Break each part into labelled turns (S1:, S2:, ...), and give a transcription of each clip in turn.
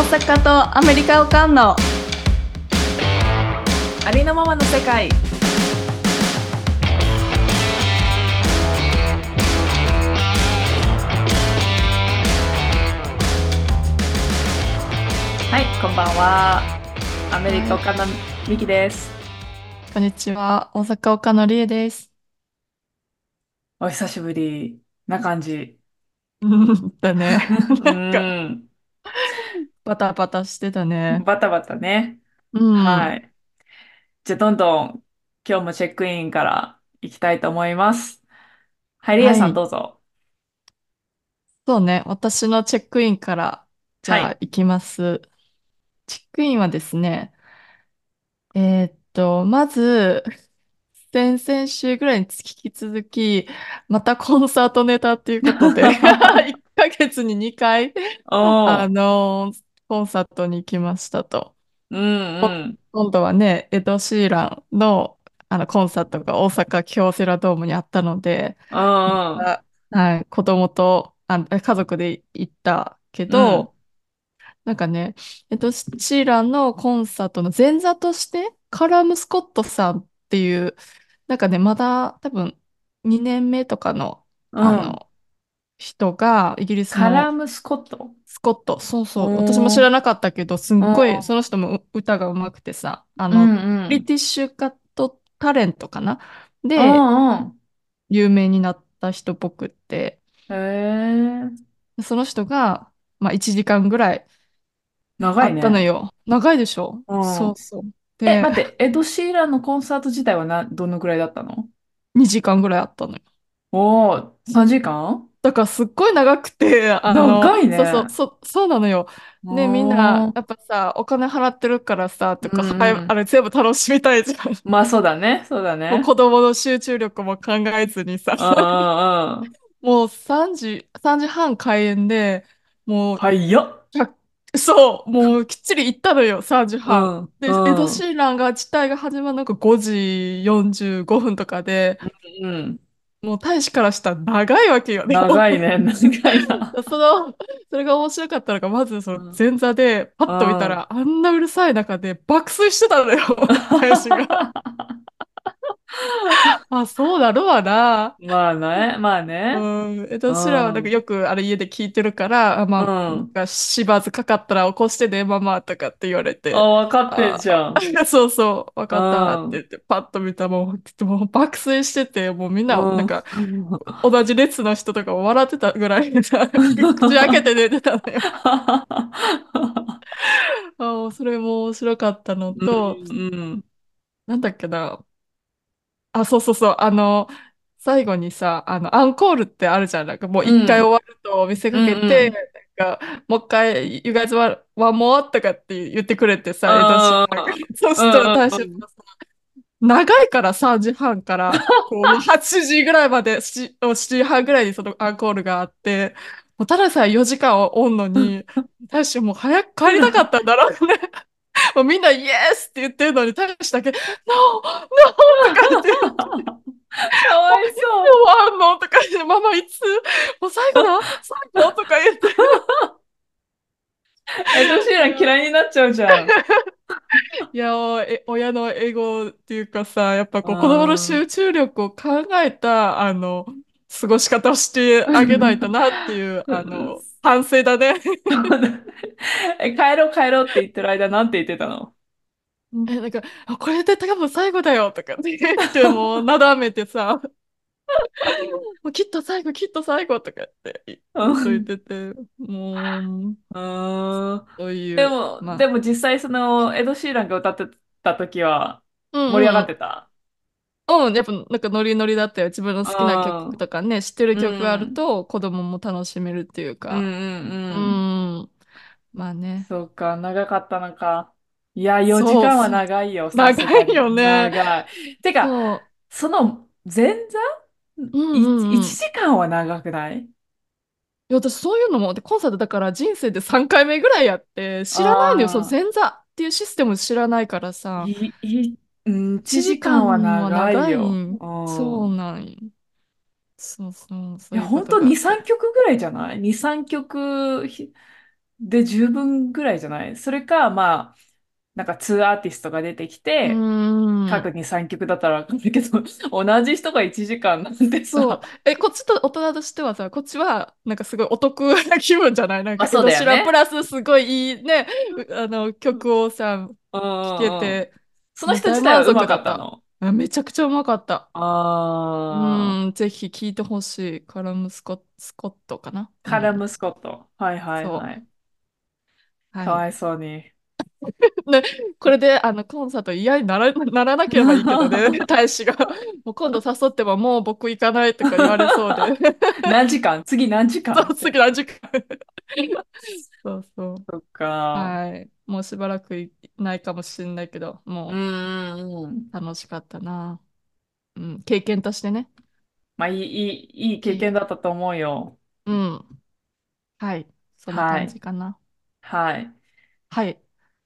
S1: 大阪とアメリカを間の
S2: ありのままの世界。はい、こんばんは。アメリ
S1: はい、
S2: カ岡野美希です。
S1: こんにちは。大阪岡野理恵です。
S2: お久しぶりな感じ。
S1: うんだね。
S2: う
S1: なんか、
S2: ん、
S1: バタバタしてたね。
S2: バタバタね。
S1: うん。
S2: はい。じゃあ、どんどん今日もチェックインから行きたいと思います。はい、リエさん
S1: はい。
S2: どうぞ。
S1: そうね。私のチェックインから、じ
S2: はい。
S1: ゃあ行きます。チェックインはですね、まず、先々週ぐらいに引き続き、またコンサートネタっていうことで、1ヶ月に2回、
S2: おー、
S1: コンサートに行きましたと。
S2: うんうん、
S1: 今度はね、エド・シーランの、コンサートが大阪京セラドームにあったので、
S2: うんうん、
S1: あはい、子供と家族で行ったけ
S2: うん、
S1: ど、なんかね、シーランのコンサートの前座として、カラム・スコットさんっていう、なんかね、まだ多分2年目とかの、
S2: うん。
S1: 人が、イギリスの
S2: カラムスコット。
S1: スコット、そうそう、私も知
S2: おー、
S1: らなかったけど、すっ
S2: うん、
S1: ごい、その人も歌が上手くてさ、
S2: うんうん。
S1: ブリティッシュカットタレントかな
S2: う
S1: で、
S2: んうん。
S1: 有名になった人っぽくって、
S2: へえ、
S1: その人が、まあ、1時間ぐらいあったの
S2: 長いね。
S1: よ。長いでしょ？
S2: うん。
S1: そうそう。
S2: え、
S1: で、
S2: 待って、エド・シーランのコンサート自体はどのくらいだったの？
S1: 2時間ぐらいあったのよ。
S2: おー、3時間。
S1: だからすっごい長くて、
S2: 長い
S1: そうそう、
S2: ね。
S1: そうなのよ。
S2: お
S1: で、みんな、
S2: ー、
S1: やっぱさ、お金払ってるからさ、と
S2: う
S1: か、はい、
S2: んうん。
S1: 全部楽しみたいじゃん。
S2: まあそうだね、そうだ
S1: もう
S2: ね。
S1: 子供の集中力も考えずにさ、
S2: うんうんうん。
S1: もう3時半開演で、もう、
S2: 早っ。
S1: 1そう、もうきっちり行ったのよ、3時半。
S2: うん
S1: で、
S2: う
S1: エド・
S2: ん
S1: シーランが自体が始まるのが5時45分とかで、
S2: うん。
S1: もう大使からしたら長いわけよね。
S2: 長いね、長いな。
S1: その、それが面白かったのが、まずその
S2: うん。
S1: 前座でパッと見た
S2: うん。
S1: ら、あんなうるさい中で爆睡してたのよ、大使が。あ、そうなるわな。
S2: まあね、まあね。
S1: うん。
S2: う
S1: 私らはなんか
S2: ん。
S1: よくあれ家で聞いてるから、
S2: う
S1: まあ、なん
S2: ん。
S1: かしばずかかったら起こしてね、ママとかって言われ
S2: あ、
S1: て、
S2: わかってんじゃん。
S1: そうそう、わ
S2: う
S1: かったって言
S2: ん。
S1: って、パッと見たらもう爆睡してて、もうみんな、な
S2: うん。
S1: んか、同じ列の人とかも笑ってたぐらいでさ、口開けて寝てたのよ。それも面白かったの
S2: うん
S1: と、
S2: うん。
S1: なんだっけな。あ、そうそうそう。最後にさ、アンコールってあるじゃん。なんかもう一回終
S2: うん。
S1: わると見せ
S2: う
S1: かけて、
S2: んうん。
S1: なんか、もう一回、You guys want more? とかって言ってくれてさ、
S2: あ
S1: なんか、
S2: あ、
S1: そうすると
S2: うん
S1: 大将
S2: うん
S1: がさ、長いから3時半から、こう、もう8時ぐらいまで、7時半ぐらいにそのアンコールがあって、もうただでさえ4時間おんの
S2: うん。
S1: に、大将もう早く帰りたかったんだろうね。もうみんなイエスって言ってるのに、大使だけ、ノー、ノーとか言って、
S2: かわい
S1: もういつ終
S2: そ
S1: わんのとか言って、ママいつもう最後だ最後とか言って。
S2: う。エド・シーラン嫌いになっちゃうじゃん。
S1: いや、親のエゴっていうかさ、やっぱ
S2: う
S1: こう子供の
S2: ん。
S1: 集中力を考えた、過ごし方をしてあげないとなっていう、反省だね。
S2: 帰ろう帰ろうって言ってる間なんて言ってたの？
S1: なんか、これで多分最後だよとかって言って、もうなだめてさ、もうきっと最後とかって
S2: う
S1: ずっと言っ
S2: ん。
S1: てて、もう、
S2: うーん。
S1: そういう、
S2: でも、
S1: まあ、
S2: でも実際そのエド・シーランが歌ってた時は
S1: うん
S2: 盛り上が
S1: うん。
S2: ってた？
S1: うん、やっぱなんかノリノリだったよ。自分の
S2: う
S1: 好きな曲
S2: ん。
S1: とかね、知ってる
S2: う
S1: 曲がある
S2: ん。
S1: と子供も楽しめるっていう
S2: うん
S1: か。
S2: うん
S1: う
S2: うん。
S1: ん。まあね。
S2: そうか、長かったのか。いや、4時間は
S1: そうそう。
S2: 長いよ、さ
S1: 長
S2: すがに。
S1: いよね。
S2: 長い。てか、
S1: そ
S2: その前座
S1: う。うんうんう
S2: 1
S1: ん。
S2: 時間は長くない？
S1: いや、私そういうのも、で、コンサートだから人生で3回目ぐらいやって、知らないのよ。その
S2: ああ
S1: 前座っていうシステム知らないからさ。
S2: ー、うん、1
S1: 1
S2: 時間は
S1: 時間は
S2: 長い
S1: 長
S2: よ。
S1: い。
S2: う
S1: そう
S2: ん。
S1: なんよ。そうそう、
S2: いや、
S1: そういうこ
S2: ほんと2、3
S1: とがあって。
S2: 曲ぐらいじゃない？ 2、3曲で十分ぐらいじゃない？それか、まあ、なんか2アーティストが出てき
S1: う
S2: て、
S1: ーん。
S2: 各に3曲だったらわかるけど、同じ人が1時間なんて
S1: そう。
S2: さ、
S1: こっちと大人としてはさ、こっちは、なんかすごいお得な気分じゃない？なんか、
S2: まあそう
S1: エド・シ
S2: だよね。
S1: ーランプラスすごいいいね、曲をさ、
S2: うんう
S1: 聴け
S2: んうん。
S1: て、
S2: その人自体は
S1: もう大満
S2: うまか
S1: 足だった。
S2: ったの？
S1: めちゃくちゃうまかった。う
S2: ああ、
S1: ぜひ聴いてほしい。スコットかな。うん。
S2: カラム・スコット。はいはい
S1: そう。
S2: はい。
S1: はい。
S2: かわいそうに。
S1: ね、これで、コンサート嫌にならなければいいけどね、大使が。もう今度誘ってももう僕行かないとか言われそうで。
S2: 何時間次何時
S1: そう、
S2: 間って。
S1: 次何時間。そうそう。
S2: そっか。
S1: はい。もうしばらくないかもしれないけど、
S2: うん
S1: も
S2: うんうん。
S1: う楽しかったな。うん、経験としてね。
S2: まあいい経
S1: いい。
S2: 験だったと思うよ。
S1: うん。はい。そんな感じ
S2: はい。
S1: かな。
S2: はい。
S1: はい。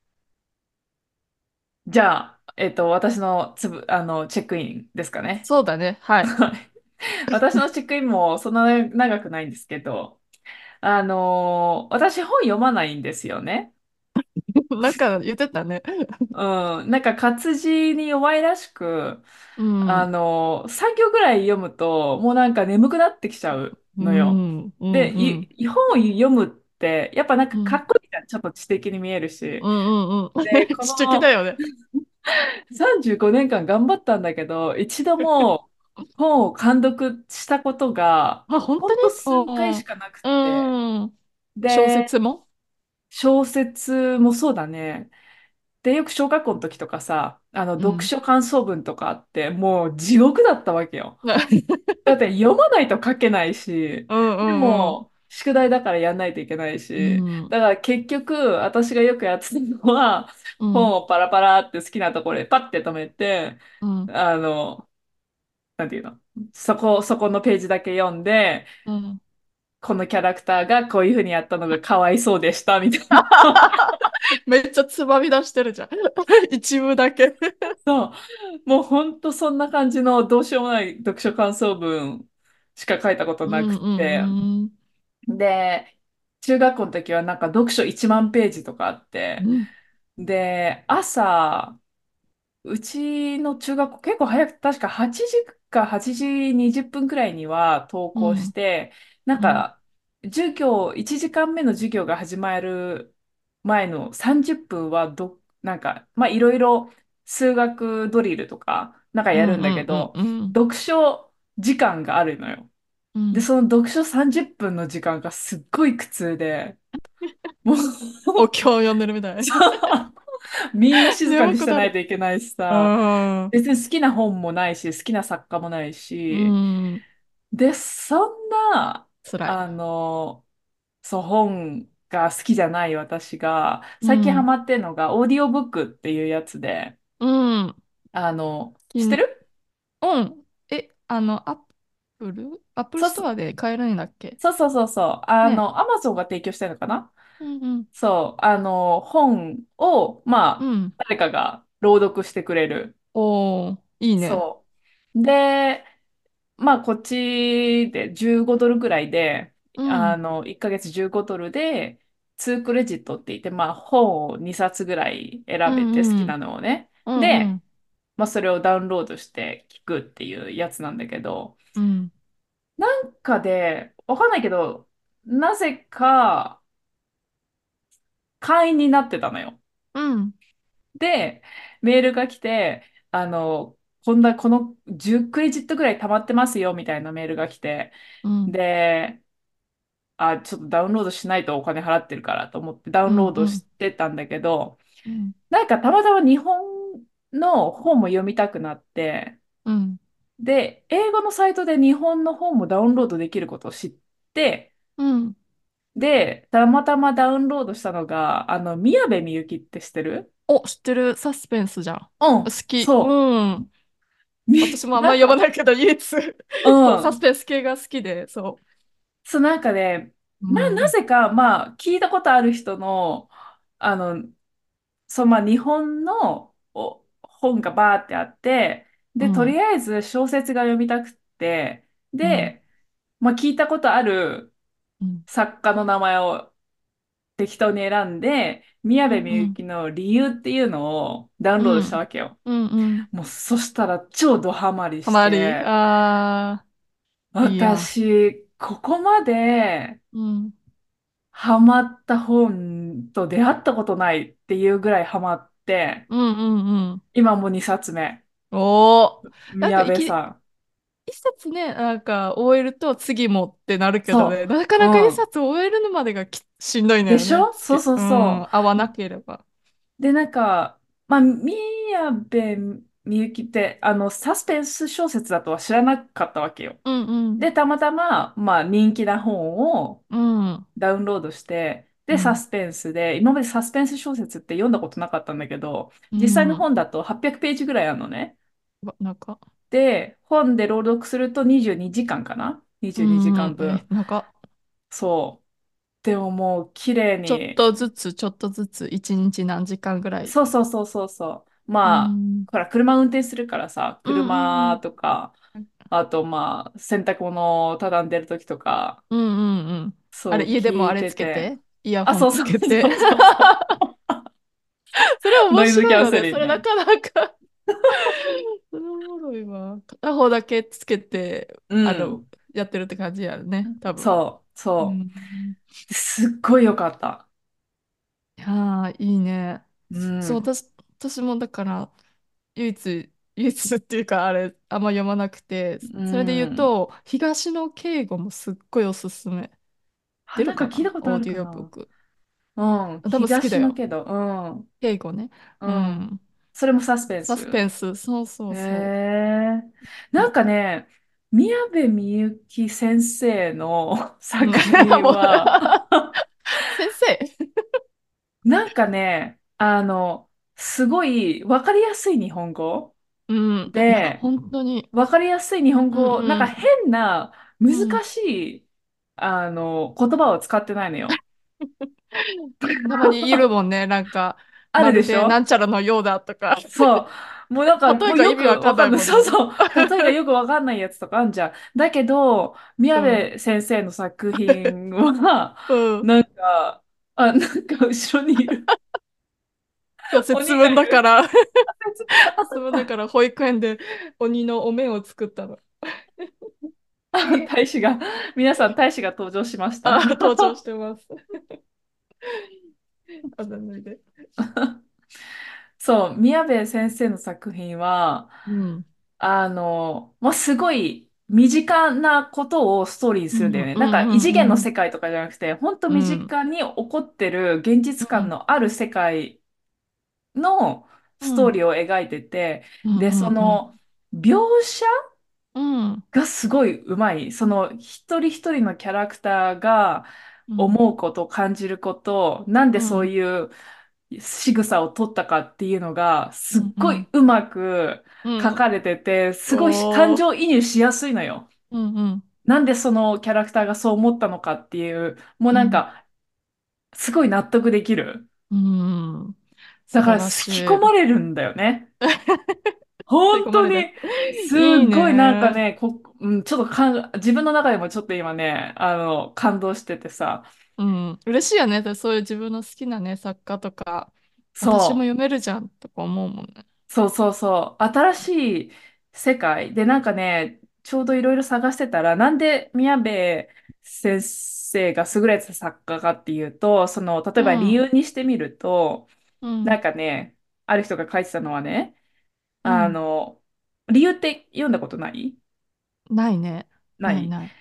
S2: じゃあ、私のチェックインですかね。
S1: そうだね。はい。
S2: はい。私のチェックインもそんな長くないんですけど、私本読まないんですよね。
S1: なんか言ってたね。
S2: うん。なんか活字に弱いらしく、
S1: うん。
S2: 3行ぐらい読むと、もうなんか眠くなってきちゃう
S1: う
S2: のよ。
S1: ん。うん。
S2: で、
S1: うん。
S2: 本を読むって、やっぱなんかか
S1: うん。
S2: っこいいじゃん。ちょっと知的に見えるし。
S1: うん。うん。
S2: で、こ
S1: 素敵だ
S2: の
S1: よね。
S2: 35年間頑張ったんだけど、一度も本を監読したことが、
S1: あ、本当に？
S2: ほんと数回し
S1: う
S2: かなくて。
S1: ん。うん。小
S2: で、
S1: 説も？
S2: 小説もそうだね。で、よく小学校の時とかさ、読
S1: うん。
S2: 書感想文とかあって、もう地獄だったわけよ。だって読まないと書けないし、
S1: うんう
S2: で
S1: んうん。
S2: も、宿題だからやんないといけない
S1: う
S2: し、
S1: ん。
S2: だから結局、私がよくやってたのは、
S1: うん。
S2: 本をパラパラって好きなところでパッて止めて、
S1: うん。
S2: あの、なんていうの、そこのページだけ読んで、
S1: うん。こ
S2: このキャラクターがこういうふうにやったのがかわいそうでした、みたいな。
S1: めっちゃつまみ出してるじゃん。一部だけ。
S2: そう。もうほんとそんな感じのどうしようもない読書感想文しか書いたことなく
S1: うんう
S2: て。
S1: んうん。
S2: で、中学校の時はなんか読書1万ページとかあって、
S1: うん。
S2: で、朝、うちの中学校結構早く、確か8時か8時20分くらいには登校し
S1: うん。
S2: て、なん
S1: うん。
S2: か1時間目の授業が始まる前の30分はなんか、まあいろいろ数学ドリルとかなんか
S1: うん
S2: やるんだ
S1: うんうん
S2: けど、
S1: うん。
S2: 読書時間があるのよ。で、
S1: うん。
S2: その読書30分の時間がすっごい苦痛で、もう
S1: お経を読んでるみたい。
S2: そうみんな静かにしてない
S1: 眠くなる。
S2: といけないし
S1: う
S2: さ、
S1: ん。
S2: 別に好きな本もないし、好きな作家もない
S1: う
S2: し、
S1: ん。
S2: で、そんな、
S1: 辛い。
S2: あの、そう、本が好きじゃない私が、最近ハ
S1: うん。
S2: マってんのが、オーディオブックっていうやつで、
S1: うん。
S2: 知ってる？
S1: うん。アップル
S2: そうそ
S1: ストアで買えるんだっけ？
S2: そう、
S1: ね。
S2: アマゾンが提供してるのかな？
S1: うんうん。
S2: そう、本を、まあ、
S1: うん。
S2: 誰かが朗読してくれる。
S1: おー、いいね。
S2: そう。で、まあ、こっちで15ドルぐらいで、
S1: うん。
S2: 1ヶ月15ドルで、2クレジットって言って、まあ、本を2冊ぐらい
S1: う
S2: 選べて好きな
S1: んうん。
S2: のをね。で、
S1: うんうん。
S2: まあ、それをダウンロードして聞くっていうやつなんだけど、
S1: うん。
S2: なんかで、わかんないけど、なぜか会員になってたのよ。
S1: うん。
S2: で、メールが来て、この10クレジットぐらい溜まってますよ、みたいなメールが来て、
S1: うん。
S2: で、ちょっとダウンロードしないとお金払ってるからと思ってダウ
S1: う
S2: ンロードし
S1: んうん。
S2: てたんだけど、
S1: うん。
S2: なんかたまたま日本の本も読みたくなって、
S1: うん。
S2: で、英語のサイトで日本の本もダウンロードできることを知って、
S1: うん。
S2: で、たまたまダウンロードしたのが、宮部みゆきって知ってる？
S1: お、知ってる。サスペンスじゃん。好
S2: うん、
S1: き。
S2: そ
S1: うん。
S2: う。
S1: 私もあんま
S2: なんか、
S1: 読まないけど、唯一
S2: う
S1: そう、サス
S2: ん。
S1: ペンス系が好きで、そ
S2: そう、なんかね、
S1: う。うん。
S2: なぜか、まあ、聞いたことある人の、あの、まあ、日本の本がバーってあって、で、と
S1: うん。
S2: りあえず小説が読みたくって、
S1: うん。
S2: で、まあ、聞いたことある
S1: うん。
S2: 作家の名前を適当に選んで、宮部みゆ
S1: うんうん。
S2: きの理由っていうのをダウンロードした
S1: うん。
S2: わけよ。
S1: うんうん。
S2: もうそしたら超ドハマりし
S1: ハマり。
S2: て、
S1: あー、いいやん。
S2: 私、ここまで
S1: うん。
S2: ハマった本と出会ったことないっていうぐらいハマって、
S1: うんうんうん。
S2: 今もう2冊目。
S1: おー。なんか
S2: 宮部さん。
S1: 一冊ね、なんか終えると次もってなるけど
S2: そ
S1: ね、なか
S2: う。う
S1: なか一
S2: ん。
S1: 冊終えるのまでがしんどいの
S2: で
S1: よね。
S2: しょそうそう
S1: うん、
S2: そ
S1: 合わなければ。
S2: う。で、なんか、まあ、宮部みゆきって、サスペンス小説だとは知らなかったわけよ。
S1: うんうん。
S2: で、たまたま、まあ、人気な本を
S1: うん。
S2: ダウンロードして、で、サ
S1: うん。
S2: スペンスで、今までサスペンス小説って読んだことなかったんだけど、
S1: う
S2: 実際の
S1: ん。
S2: 本だと800ページぐらいあるのね。
S1: なんか、
S2: で、本で朗読すると22時間かな？
S1: う
S2: 22 時
S1: んうん。
S2: 間分。
S1: なんか、
S2: そう。でももう綺麗
S1: ちょっ
S2: に、
S1: とずつ、ちょっとずつ、一日何時間ぐらい。
S2: そうそうそうそうそう。
S1: う
S2: まあ、
S1: ん。
S2: ほら、車運転するからさ、
S1: うんうんう
S2: 車
S1: ん。
S2: とか、あとまあ、洗濯物を畳んでる時とか、
S1: うんうんうん。あれ、
S2: そう
S1: 家でも
S2: 聞い
S1: あれ
S2: てて、
S1: つけて、イヤ
S2: あ、
S1: ホン
S2: そうそう
S1: つけて。
S2: そうそうそう。
S1: それ面
S2: ノイズキャンセ
S1: 白いよね。
S2: リングね。
S1: それなかなかそれおもろいわ。片方だけつけて、
S2: うん。
S1: やってるって感じやるね、多分。
S2: そう、
S1: う
S2: そう。
S1: ん。
S2: すっごい良かった。
S1: いやー、いいね。
S2: う
S1: そう、
S2: ん。
S1: 私もだから、唯一っていうか、あれ、あんま読まなくて、
S2: う
S1: それで言う
S2: ん。
S1: と、東野圭吾もすっごいおすすめ。
S2: あ、なんか
S1: 出るか
S2: 聞いたことあ
S1: なオーデ
S2: るかな。
S1: ィオブック。
S2: うん。
S1: 多分好きだよ。
S2: 東のけど、うん。
S1: 圭吾ね。
S2: うん。
S1: うん。
S2: それもサスペン
S1: サス
S2: ス？
S1: ペンス、そうそ
S2: へ
S1: うそ
S2: え。
S1: う。
S2: なんかね、宮部みゆき先生の
S1: うん。
S2: 作品
S1: もう
S2: は、
S1: 先生。
S2: なんかね、すごいわかりやすい日本語
S1: うん。いや、
S2: で、
S1: 本当に。
S2: わかりやすい日本
S1: うん
S2: 語、なんか
S1: うん。
S2: 変な難
S1: うん。
S2: しい、言葉を使ってないのよ。
S1: たまにいるもんね。なんか、
S2: ある
S1: まるでな
S2: でしょ？
S1: んちゃらのようだとか。
S2: そう。もうなんか、
S1: 例えが
S2: もうよく
S1: 意味わかんな
S2: わかんない。
S1: いもんね。
S2: そうそう。例えがよくわかんないやつとかあんじゃん。だけど、宮
S1: うん。
S2: 部先生の作品は、
S1: うん。
S2: なんか、なんか後ろにいる。
S1: 今日節分
S2: 鬼がいる。
S1: だから
S2: あ、説明あ
S1: 節分だ
S2: った。
S1: から保育園で鬼のお面を作ったの。
S2: 大使が、皆さん大使が登場しました。
S1: あ、登場してます。あ、なので。
S2: そう、宮部先生の作品は、
S1: うん。
S2: まあ、すごい身近なことをストーリーに
S1: うん、
S2: するんだよね。
S1: うん、
S2: なんか異次元の
S1: うん、
S2: 世界とかじゃなくて、本当身
S1: うん、
S2: 近に起こってる現実感
S1: うん、
S2: のある世界の
S1: うん、
S2: ストーリーを描いてて、
S1: うん、
S2: で、
S1: うん、うん、
S2: 描写
S1: うん、
S2: がすごいうまい。その一人一人のキャラクターが
S1: うん、
S2: 思うこと、感じること、なんでそう
S1: うん、
S2: いう仕草を取ったかっていうのがすっ
S1: うん、うん、
S2: ごいうまく
S1: うん、
S2: 書かれてて、すごい感
S1: おー、
S2: 情移入しやすいのよ。
S1: うん、うん、
S2: なんでそのキャラクターがそう思ったのかっていう、もう
S1: うん、
S2: なんかすごい納得できる。
S1: うん、素
S2: だから
S1: 晴らし
S2: 引き込
S1: い。
S2: まれるんだよね。
S1: 吸い込まれる。
S2: 本当に、すっ
S1: いい
S2: ごいなんか
S1: ね。
S2: ね、ちょっと自分の中でもちょっと今ね、感動しててさ、
S1: うん、嬉しいよね。そういう自分の好きなね、作家とか、私も
S2: そう、
S1: 読めるじゃんとか思うもんね。
S2: そうそうそう、新しい世界でなんかね、ちょうどいろいろ探してたら、なんで宮部先生が優れた作家かっていうと、例えば理
S1: うん、
S2: 由にしてみると、
S1: うん、
S2: なんかね、ある人が書いてたのはね、
S1: うん。
S2: 理由って読んだことない？
S1: ないね。
S2: ない。
S1: ないない。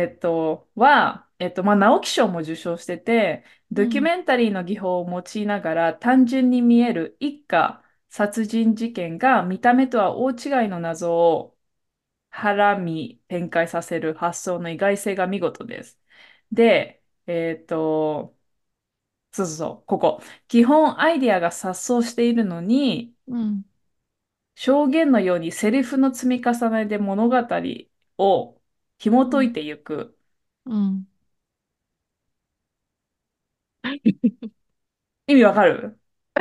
S2: まあ、直木賞も受賞してて、ドキュ
S1: うん、
S2: メンタリーの技法を用いながら単純に見える一家殺人事件が見た目とは大違いの謎を腹見展開させる発想の意外性が見事です。で、そうそうそう、ここ。基本アイディアが錯綜しているのに、
S1: うん、
S2: 証言のようにセリフの積み重ねで物語を紐
S1: うん、
S2: 解いていく。
S1: うん。
S2: 意味わかる？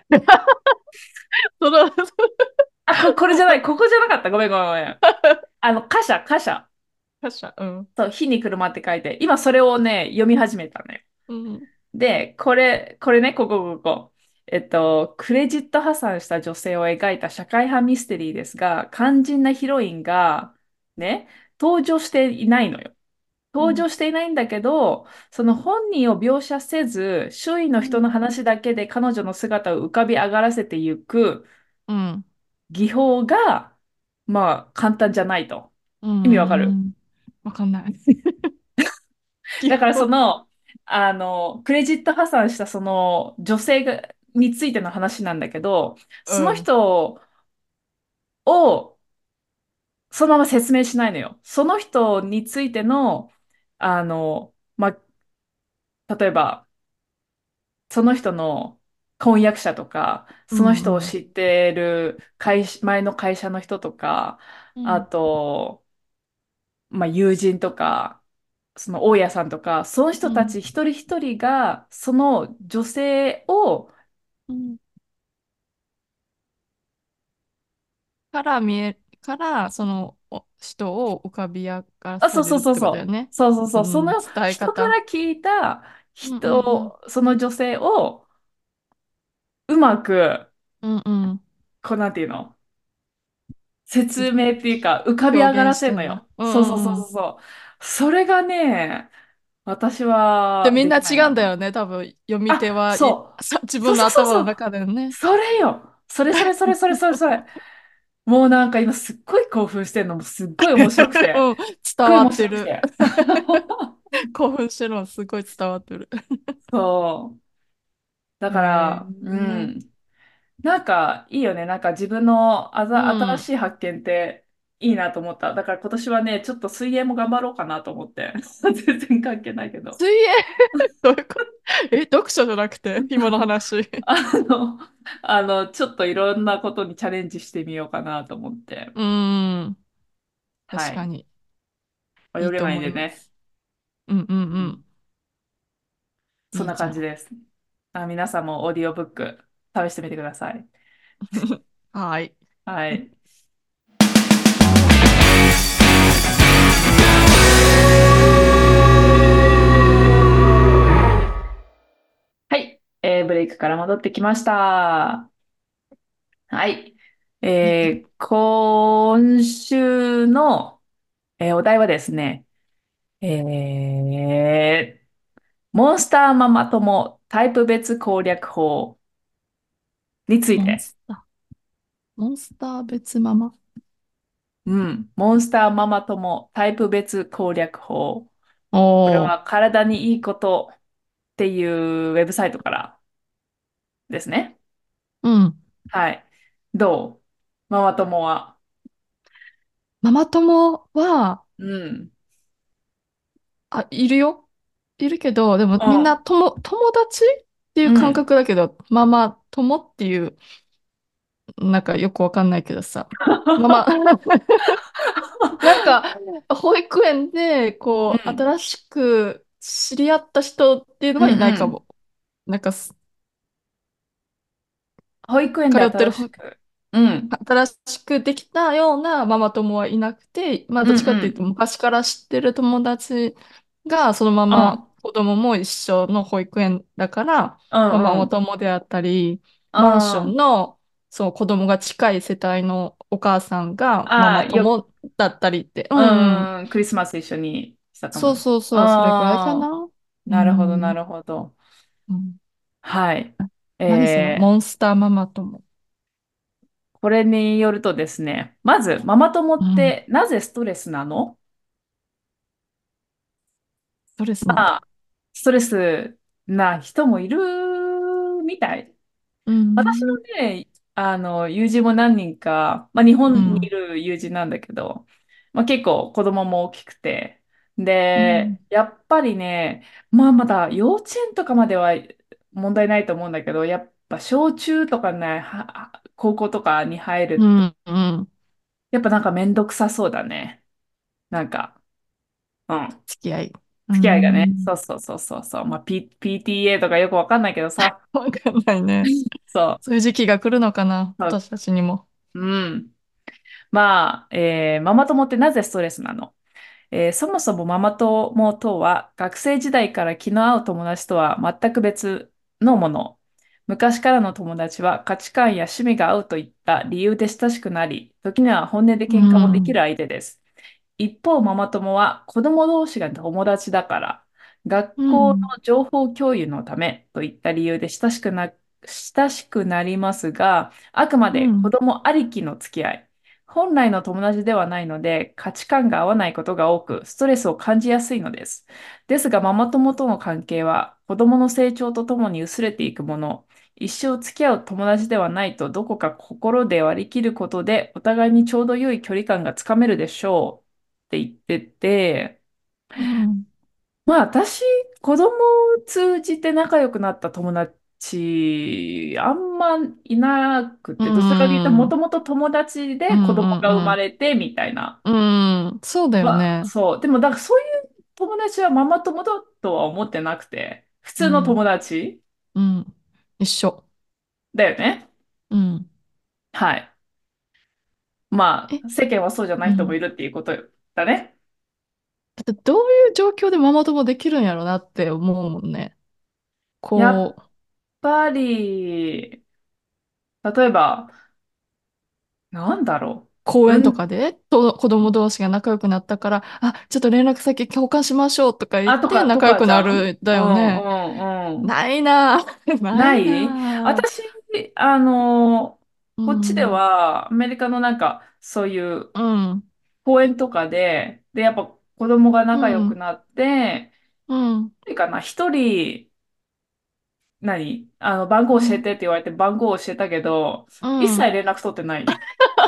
S1: その、
S2: あ、これじゃない、ここじゃなかった。ごめんごめんごめん。貨車。
S1: 他者、うん。
S2: そう、火に車って書いて、今それをね、読み始めたのよ。
S1: うん。
S2: で、これね、ここ。クレジット破産した女性を描いた社会派ミステリーですが、肝心なヒロインが、ね、登場していないのよ。
S1: うん。
S2: 登場していないんだけど、その本人を描写せず、周囲の人の
S1: うん。
S2: 話だけで彼女の姿を浮かび上がらせていく
S1: うん。
S2: 技法が、まあ、簡単じゃないと。
S1: う
S2: 意味わかる？
S1: ん。わかんない。基
S2: だからそ
S1: 本。
S2: の、クレジット破産したその女性がについての話なんだけど、その
S1: うん。
S2: 人をそのまま説明しないのよ。その人についての、まあ、例えば、その人の婚約者とか、
S1: う
S2: その人を
S1: ん。
S2: 知ってる前の会社の人とか、あ
S1: うん。
S2: と、まあ、友人とか、その大家さんとか、その人た
S1: うん。
S2: ち一人一人が、その女性を、
S1: うん。から見え、から、その人を浮かび上がら
S2: あ、そうそう
S1: せれるってこと
S2: そうそう、
S1: だよね。
S2: そうそうそう、そ
S1: うん。
S2: の
S1: 伝え
S2: 人か
S1: 方。
S2: ら聞いた
S1: うんうんうん。
S2: その女性をうまく、
S1: うんうん。
S2: こうなんていうの、説明っていうか、浮かび上がら
S1: 表現してんだ。
S2: せるのよ。
S1: うん
S2: そうそう
S1: うんうん。
S2: そうそうそう。それがね、私はで
S1: でみんな違
S2: きないなと思って。
S1: うんだよね。多分、読み手
S2: あ、
S1: は
S2: そう。
S1: 自分の
S2: そうそうそうそう。
S1: 頭の中でね。
S2: それよ。それ。もうなんか今すっごい興奮してるのもすっごい面白くて。
S1: うん、伝わ
S2: すっごい面
S1: ってる。
S2: 白くて。
S1: 興奮してるのすごい伝わってる。
S2: そう。だ
S1: へ
S2: から、う
S1: え。
S2: ん。なんかいいよね。なんか自分の
S1: う
S2: 新し
S1: ん。
S2: い発見っていいなと思った。だから今年はね、ちょっと水泳も頑張ろうかなと思って。全然関係ないけど。
S1: 水泳どういうこと？読書じゃなくて、今の話。
S2: あの、ちょっといろんなことにチャレンジしてみようかなと思って。
S1: うん。
S2: はい。
S1: 確かに。いいと
S2: 泳げないんでね。
S1: 思います。うんうんうん。
S2: うん。そんな
S1: いいじゃん。
S2: 感じです。皆さんもオーディオブック試してみてください。
S1: はい。
S2: はい。はい。ブレイクから戻ってきました。はい。今週の、お題はですね、モンスターママ友タイプ別攻略法につい
S1: モン
S2: て。
S1: スター。モンスター別ママ。
S2: うん。モンスターママ友タイプ別攻略法。これ
S1: おー。
S2: は体にいいことっていうウェブサイトからですね。
S1: うん。
S2: はい。どうママ友は？
S1: ママ友は、
S2: うん。
S1: あ、いるよ。いるけど、でもみんな
S2: うん。
S1: 友達っていう感
S2: うん。
S1: 覚だけど、ママ友っていう、なんかよくわかんないけどさ。ママ、なんか、保育園で、こう、
S2: うん。
S1: 新しく知り合った人っていうの
S2: うん
S1: はいない
S2: うん。
S1: かも。なんか
S2: 保育園で
S1: 通ってる
S2: 新しく。うん。
S1: 新しくできたようなママ友はいなくて、まあ
S2: うん
S1: どっちかっていうと
S2: うん。
S1: 昔から知ってる友達がそのまま
S2: うん。
S1: 子供も一緒の保育園だから、
S2: う
S1: まあ、ママ
S2: んうん。
S1: 友であったり、
S2: う
S1: マンション
S2: ん。
S1: のそう子供が近い世帯のお母さんがマ
S2: ああ、
S1: マ友だったりって、う
S2: う
S1: んうん。
S2: ん、クリスマス一緒にしたか
S1: そう
S2: も。
S1: そうそう、それぐらいか
S2: ああ、
S1: な。う
S2: なるほど、な
S1: ん。
S2: るほど。
S1: うん、
S2: はい。
S1: 何そのモ
S2: えー
S1: ンスターママ友。
S2: これによるとですね、まず、ママ友っ
S1: うん。
S2: てなぜストレスなの？
S1: ストレスなんだ。
S2: まあ、ストレスな人もいるみたい。
S1: う
S2: 私の
S1: ん。
S2: ね、友人も何人か、まあ、日本にい
S1: うん。
S2: る友人なんだけど、まあ、結構子供も大きくて、
S1: うん。
S2: で、やっぱりね、まあ、まだ幼稚園とかまでは問題ないと思うんだけど、やっぱ小中とかね、高校とかに入ると、
S1: うん。うん。
S2: やっぱなんかめんどくさそうだね。なんか、うん。
S1: 付き合い。うー
S2: 付き合いがね、
S1: ん。
S2: そう。まあ、PTA とかよくわかんないけどさ、
S1: わかんないね。
S2: そ
S1: そういう時期が来るのかな、
S2: う、
S1: 私たちにも。
S2: うん。まあ、ママ友ってなぜストレスなの？ そもそもママ友とは学生時代から気の合う友達とは全く別のもの。昔からの友達は価値観や趣味が合うといった理由で親しくなり、時には本音で
S1: う
S2: 喧嘩もでき
S1: ん。
S2: る相手です。一方、ママ友は子供同士が友達だから、学校の
S1: うん。
S2: 情報共有のためといった理由で親しくなりますが、あくまで子
S1: うん。
S2: 供ありきの付き合い。本来の友達ではないので、価値観が合わないことが多く、ストレスを感じやすいのです。ですが、ママ友との関係は、子供の成長とともに薄れていくもの。一生付き合う友達ではないと、どこか心で割り切ることで、お互いにちょうど良い距離感がつかめるでしょう。って言ってて、
S1: うん。
S2: まあ私、子供を通じて仲良くなった友達、あんまいなく
S1: う
S2: て、どちらかというと、も
S1: ん。
S2: ともと友達
S1: うん。
S2: で子供が生ま
S1: うん。
S2: れてみたいな。
S1: うん。うん。そうだよね。
S2: そう。でも、だからそういう友達はママ友だとは思ってなくて、普通の友
S1: うん。
S2: 達
S1: うん。一緒。
S2: だよね。
S1: うん。
S2: はい。ま
S1: え、
S2: あ、世間はそうじゃない人もい
S1: うん。
S2: るっていうことだね。
S1: だってどういう状況でママ友できるんやろなって思うもんね。
S2: やっ
S1: こう、
S2: ぱり、例えば、なんだろ
S1: 公
S2: う。
S1: 園とかで子供同士が仲良くなったから、あ、ちょっと連絡先交換しましょうとか言っ
S2: あ、
S1: て
S2: と
S1: 仲良くな
S2: かじゃん。
S1: るだ
S2: う
S1: よね。
S2: んうんうん。
S1: ないなぁ。ない
S2: ない
S1: な
S2: 私、
S1: ぁ。う
S2: こっちで
S1: ん。
S2: は、アメリカのなんか、そういう
S1: うん。
S2: 公園とかで、やっぱ子供が仲良く
S1: うん。
S2: なって、
S1: うん。
S2: いいかな、一人、番号
S1: うん。
S2: 教えてって言われて番号教えたけど、
S1: う
S2: 一切
S1: ん。
S2: 連絡取ってない。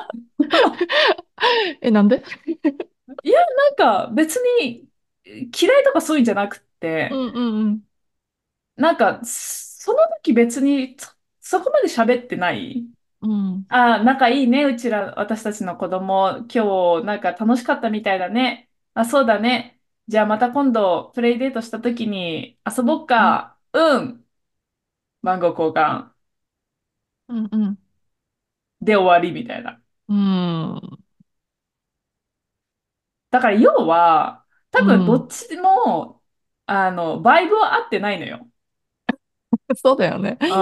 S1: え、なんで？
S2: いや、なんか別に嫌いとかそういうんじゃなくて、
S1: うんうんうん。
S2: なんかその時別にそこまで喋ってない。
S1: うん。
S2: あ、仲いいね、うちら、私たちの子供、今日なんか楽しかったみたいだね。あ、そうだね。じゃあまた今度プレイデートした時に遊ぼっ
S1: うん
S2: か。うん。番号交換
S1: うんうん。
S2: で終わりみたいな。
S1: うん。
S2: だから要は、多
S1: うん。
S2: 分どっちも、バイブは合ってないのよ。
S1: そうだよね。
S2: うん。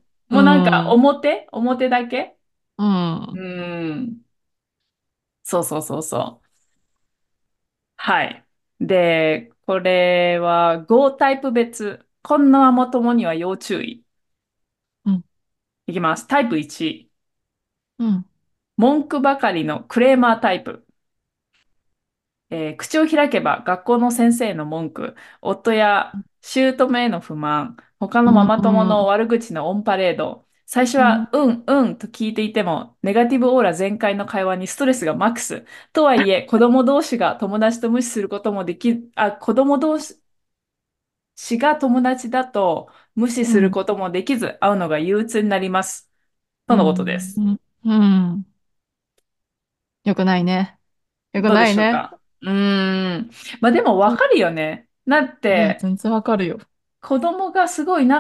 S1: う
S2: もうなんか
S1: ん。
S2: 表だけ。
S1: う
S2: う
S1: ん。
S2: ん。そうそうそうそう。はい。で、これは5タイプ別。こんなママ友には要注意。
S1: うん。
S2: いきます。タイプ1。
S1: うん。
S2: 文句ばかりのクレーマータイプ。口を開けば学校の先生への文句、夫や姑への不満、他のマ
S1: うん。
S2: マ友の
S1: うん。
S2: 悪口のオンパレード。最初
S1: うん。
S2: は、うん、うんと聞いていても、ネガティブオーラ全開の会話にストレスがマックス。とはいえ、子供同士が友達と無視することもでき、子供同士が友達だと無視することもできず、会うのが憂鬱になります。
S1: う
S2: とのことです。
S1: ん。うん。よくないね。よく
S2: どうで
S1: ないね。
S2: しょうか？まあでもわかるよね。だっ
S1: いや、
S2: て、
S1: 全然わかるよ。
S2: 子供がすごい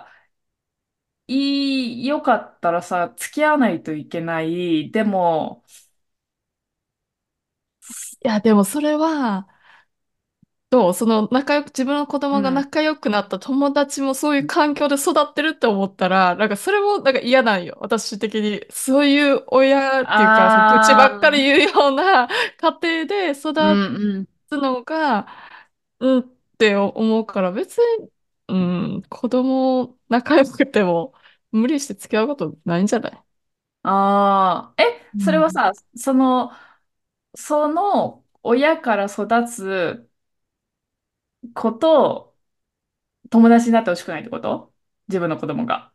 S2: 良かったらさ、付き合わないといけない。でも、
S1: いや、でもそれは、どうその自分の子供が
S2: うん。
S1: 仲良くなった友達もそういう環境で育ってるって思ったら、なんかそれもなんか嫌なんよ。私的に。そういう親っていうか、その愚痴ばっかり
S2: ああ、
S1: 言うような家庭で育
S2: うんうん。
S1: つのが、うんって思うから別に、うん、子供仲良くても無理して付き合うことないんじゃない？
S2: ああ、
S1: うん。
S2: それはさ、その親から育つ子と友達になってほしくないってこと？自分の子供が。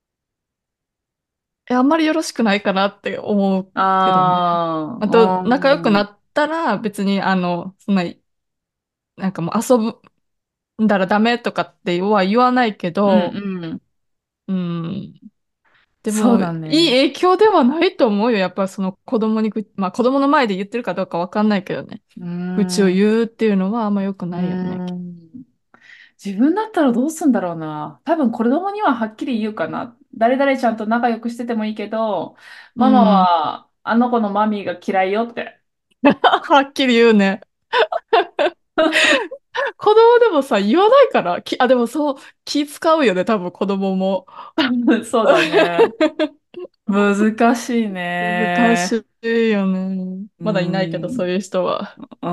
S1: あんまりよろしくないかなって思うけどね。あと、
S2: ああ、
S1: 仲良くな
S2: うん
S1: ったら別に、そんな、なんかもう遊んだらダメとかっては言わないけ
S2: う
S1: ど、
S2: ん。
S1: うん。で
S2: そう
S1: も、い
S2: だね。
S1: い影響ではないと思うよ。やっぱその子供にまあ子供の前で言ってるかどうかわかんないけどね。
S2: うー
S1: 愚痴を
S2: ん。
S1: 言うっていうのはあんま良く
S2: う
S1: ないよね。
S2: ーん。自分だったらどうすんだろうな。多分子供にははっきり言うかな。誰々ちゃんと仲良くしててもいいけど、ママ
S1: うん。
S2: はあの子のマミーが嫌いよって。
S1: はっきり言うね。 子供でもさ、言わないから、でもそう、気使うよね、多分子供も。
S2: そうだね。難しい
S1: 難
S2: ね。
S1: しいよね。
S2: う
S1: まだいないけど、
S2: ん。
S1: そういう人は。
S2: うん。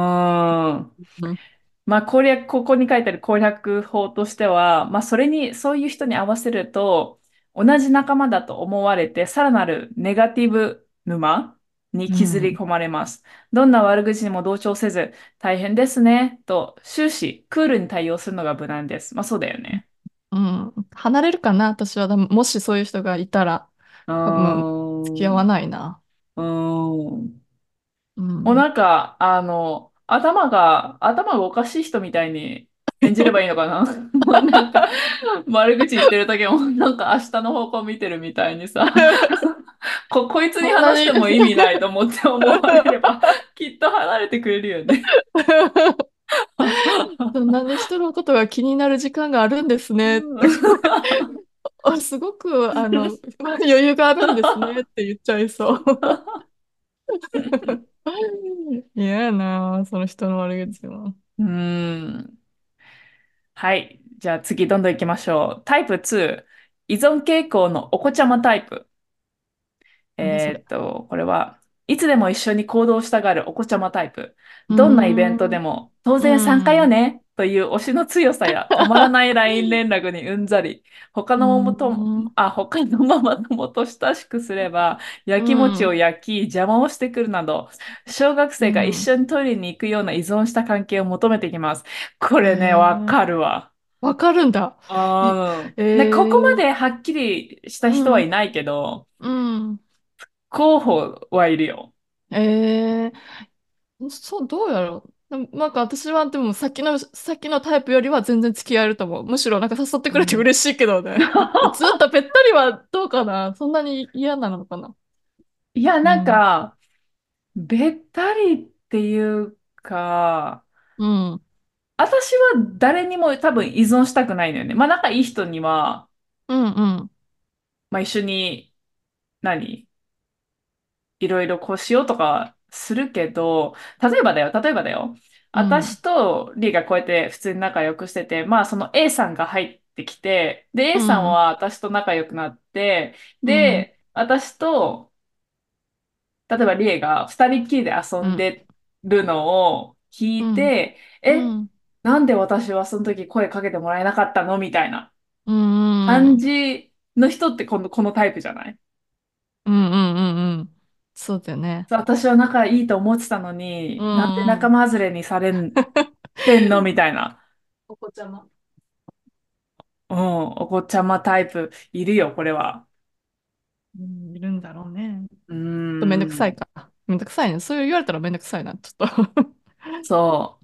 S1: うん。
S2: まあ、ここに書いてある攻略法としては、まあ、そういう人に合わせると、同じ仲間だと思われて、さらなるネガティブ沼に
S1: うん。
S2: 削り込まれます。どんな悪口にも同調せず、大変ですね、と終始クールに対応するのが無難です。まあ、そうだよね。
S1: うん。離れるかな、私は。もしそういう人がいたら、
S2: うー
S1: 多分、付き合わ
S2: ん。
S1: ないな。
S2: うーん。もう
S1: うん。
S2: なんか、頭がおかしい人みたいに演じればいいのかな。もうなんか、悪口言ってる時も、なんか明日の方向見てるみたいにさ、こいつに
S1: そんなに
S2: 話しても意味ないと思われれば、きっと離れてくれるよね。
S1: そんなに人のことが気になる時間があるんですね。すごく、余裕があるんですねって言っちゃいそう。嫌やな、その人の悪口は。
S2: うーん。はい。じゃあ次どんどん行きましょう。タイプ2、依存傾向のお子ちゃまタイプ。
S1: なんだそれ。
S2: これは、いつでも一緒に行動したがるお子ちゃまタイプ。
S1: うー
S2: どんなイベントで
S1: ん、
S2: も、当
S1: う
S2: 然参加よ
S1: ん、
S2: ねという推しの強さや、たまらない LINE 連絡にうんざり。
S1: うん、
S2: 他のママ友と親しくすれば、や
S1: う
S2: きもちを
S1: ん、
S2: 焼き、邪魔をしてくるなど、小学生が一
S1: うん。
S2: 緒にトイレに行くような依存した関係を求めてきます。こ
S1: え
S2: れね、わ
S1: ー、
S2: かるわ。
S1: わかるんだ。い、
S2: ね、ここま
S1: ー、
S2: ではっきりした
S1: う
S2: 人はい
S1: ん、
S2: ないけど、
S1: うん。
S2: 候補はいるよ。
S1: えそう、どうやろう。でもなんか私はでもさっきのタイプよりは全然付き合えると思う。むしろなんか誘ってくれて
S2: うん。
S1: 嬉しいけどね。ずっとべったりはどうかな。そんなに嫌なのかな。
S2: いや、なん
S1: うん。
S2: か、べったりっていうか、
S1: うん。
S2: 私は誰にも多分依存したくないのよね。まあ仲いい人には、
S1: うん。うん。
S2: まあ一緒に何いろいろこうしようとかするけど、例えばだよ。
S1: うん。
S2: 私とリーがこうやって普通に仲良くしてて、まあその A さんが入ってきて、で
S1: う
S2: A さん
S1: ん。
S2: は私と仲良くなって、
S1: うん。
S2: で、私と例えばリエが二人っきりで遊
S1: うん。
S2: んでるのを聞
S1: うん。
S2: いて、
S1: うん。
S2: なんで私はその時声かけてもらえなかったのみたいな
S1: うん。う
S2: 感
S1: ん。
S2: じの人ってこのタイプじゃない？
S1: うん。うん。そうだよね。
S2: そう私は仲いいと思ってたの
S1: う
S2: に、なんで
S1: ん。うん。
S2: 仲間外れにされてんのみたいな。
S1: お子ちゃま。
S2: うん、お子ちゃまタイプいるよ、これは。
S1: うん、いるんだろうね。
S2: うー
S1: めんどくさい
S2: ん、
S1: か。めんどくさいね。そう言われたらめんどくさいな、ちょっと。
S2: そう。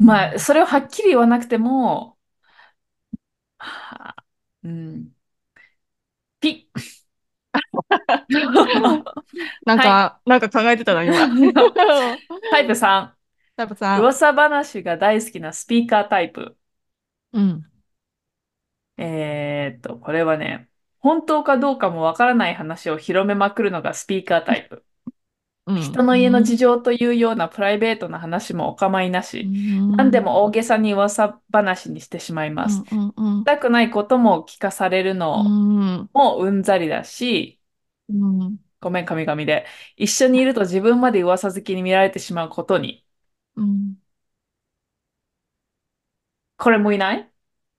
S2: まあ、
S1: うん。
S2: それをはっきり言わなくても、はあうん、ピッ。はい。
S1: なんか考えてたの、今。
S2: タイプ3。
S1: タイプさん。
S2: 噂話が大好きなスピーカータイプ。
S1: うん。
S2: これはね、本当かどうかもわからない話を広めまくるのがスピーカータイプ。
S1: うん。
S2: 人の家の
S1: うん。
S2: 事情というようなプライベートな話もお構いな
S1: う
S2: し。何で
S1: ん。
S2: も大げさに噂話にしてしまいます。
S1: うん。うん。うん。
S2: したくないことも聞かされる
S1: う
S2: の
S1: ん。
S2: もうんざりだし、
S1: うん。
S2: ごめん、神々で。一緒にいると自分まで噂好きに見られてしまうことに。
S1: うん。
S2: これもいない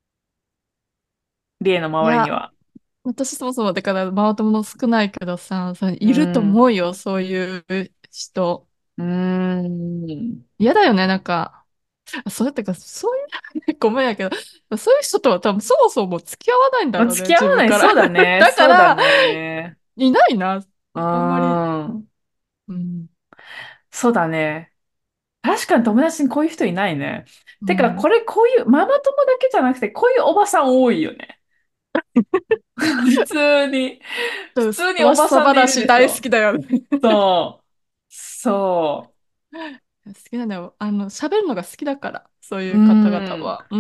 S2: リエの
S1: いや、
S2: 周りには。
S1: 私そもそもだからママ友も少ないけどさ、
S2: う
S1: いると思
S2: ん。
S1: うよ、そういう人。
S2: うーん。
S1: 嫌だよね、なんか。そうやってか、そういう、ごめんやけど、そういう人とは多分そもそも付き合わないんだ
S2: まあ、
S1: ろうね、
S2: 付き合わない。
S1: 自分から。
S2: そうだね。
S1: だか
S2: そうだ
S1: ら、
S2: ね。
S1: いないな。
S2: う
S1: あんまり。
S2: ーん。
S1: うん。
S2: そうだね。確かに友達にこういう人いないね。てか、
S1: うん。
S2: こういう、ママ友だけじゃなくて、こういうおばさん多いよね。普通に。普通におば
S1: 噂
S2: さんでいる
S1: 話大好
S2: でしょ。
S1: きだよね。
S2: そう。そ
S1: 好きなんだよ。喋るのが好きだから、そうい
S2: う。う
S1: う方々
S2: ん。
S1: は。うん。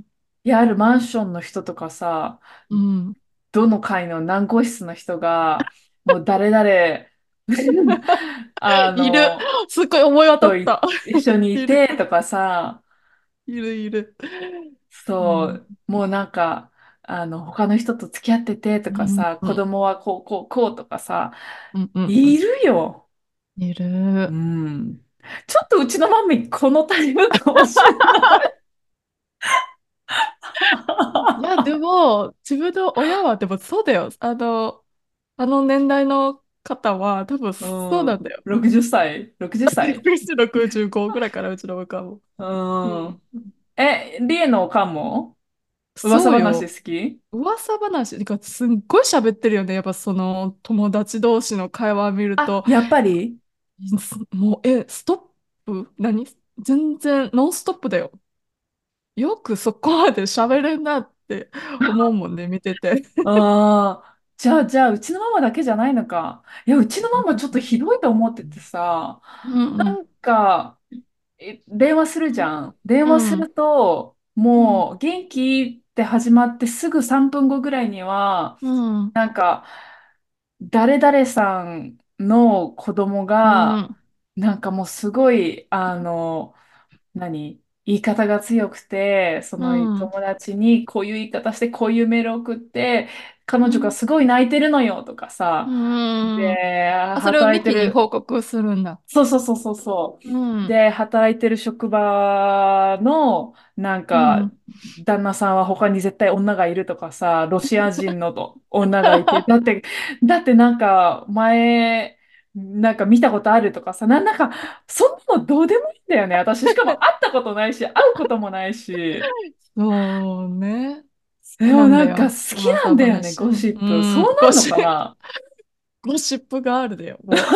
S2: いや、あるマンションの人とかさ、
S1: うん。
S2: どの階の何号室の人が、もう誰々 あ
S1: いる。
S2: の、
S1: すっごい思い当た
S2: とい
S1: った。
S2: 一緒にい
S1: いる。
S2: てとかさ、
S1: いるいる。うん。
S2: そう、もうなんか、他の人と付き合っててと
S1: うん。
S2: かさ、
S1: うん。
S2: 子供はこう、こう、こうとかさ、
S1: うん。うん。
S2: いるよ。
S1: い
S2: う
S1: る。
S2: ん。ちょっとうちのマミ、このタイプかもしれない。
S1: いや、でも、自分の親は、でもそうだよ。あの年代の方は、多分
S2: う
S1: そうなんだ
S2: ん。
S1: よ。
S2: 60歳 ?60 歳
S1: 65ぐらいから、うちのおかも。う
S2: うん。
S1: ん。
S2: リエのおかんも噂話
S1: そうよ。
S2: 好き？
S1: 噂話、てか、すっごい喋ってるよね。やっぱその友達同士の会話見る
S2: あ、
S1: と、
S2: やっぱり。
S1: もう、ストップ何全然、ノンストップだよ。よくそこまで喋れんなって思うもんね、見てて。
S2: ああ、じゃあ、うちのママだけじゃないのか。いや、うちのママちょっとひどいと思っててさ、
S1: うんうん。
S2: なんか、電話するじゃん。電
S1: うん。
S2: 話すると、
S1: うん。
S2: もう、元気って始まってすぐ3分後ぐらいには、
S1: うん。
S2: なんか、誰々さんの子供
S1: う
S2: が、
S1: ん。
S2: なんかもうすごい、言い方が強くて、そ
S1: う
S2: の
S1: ん。
S2: 友達にこういう言い方してこういうメールを送って、彼女が
S1: うん。
S2: すごい泣いてるのよとかさ、
S1: うん。
S2: で、
S1: あ、それをミキに
S2: 働いてる、
S1: 報告するんだ。
S2: そうそうそうそうそう。
S1: うん。
S2: で、働いてる職場の、なんか、
S1: うん。
S2: 旦那さんは他に絶対女がいるとかさ、ロシア人の女がいて、だってなんか、前、なんか見たことあるとかさ、なんか、そんなのどうでもいいんだよね。私、しかも会ったことないし、会うこともないし。
S1: そうね。好き
S2: でもなんか
S1: なんだよ。
S2: 好きな
S1: 噂
S2: んだよね、
S1: 話。
S2: ゴシップ。そ
S1: うん。
S2: うなんのかな？
S1: ゴシップガールだよ、も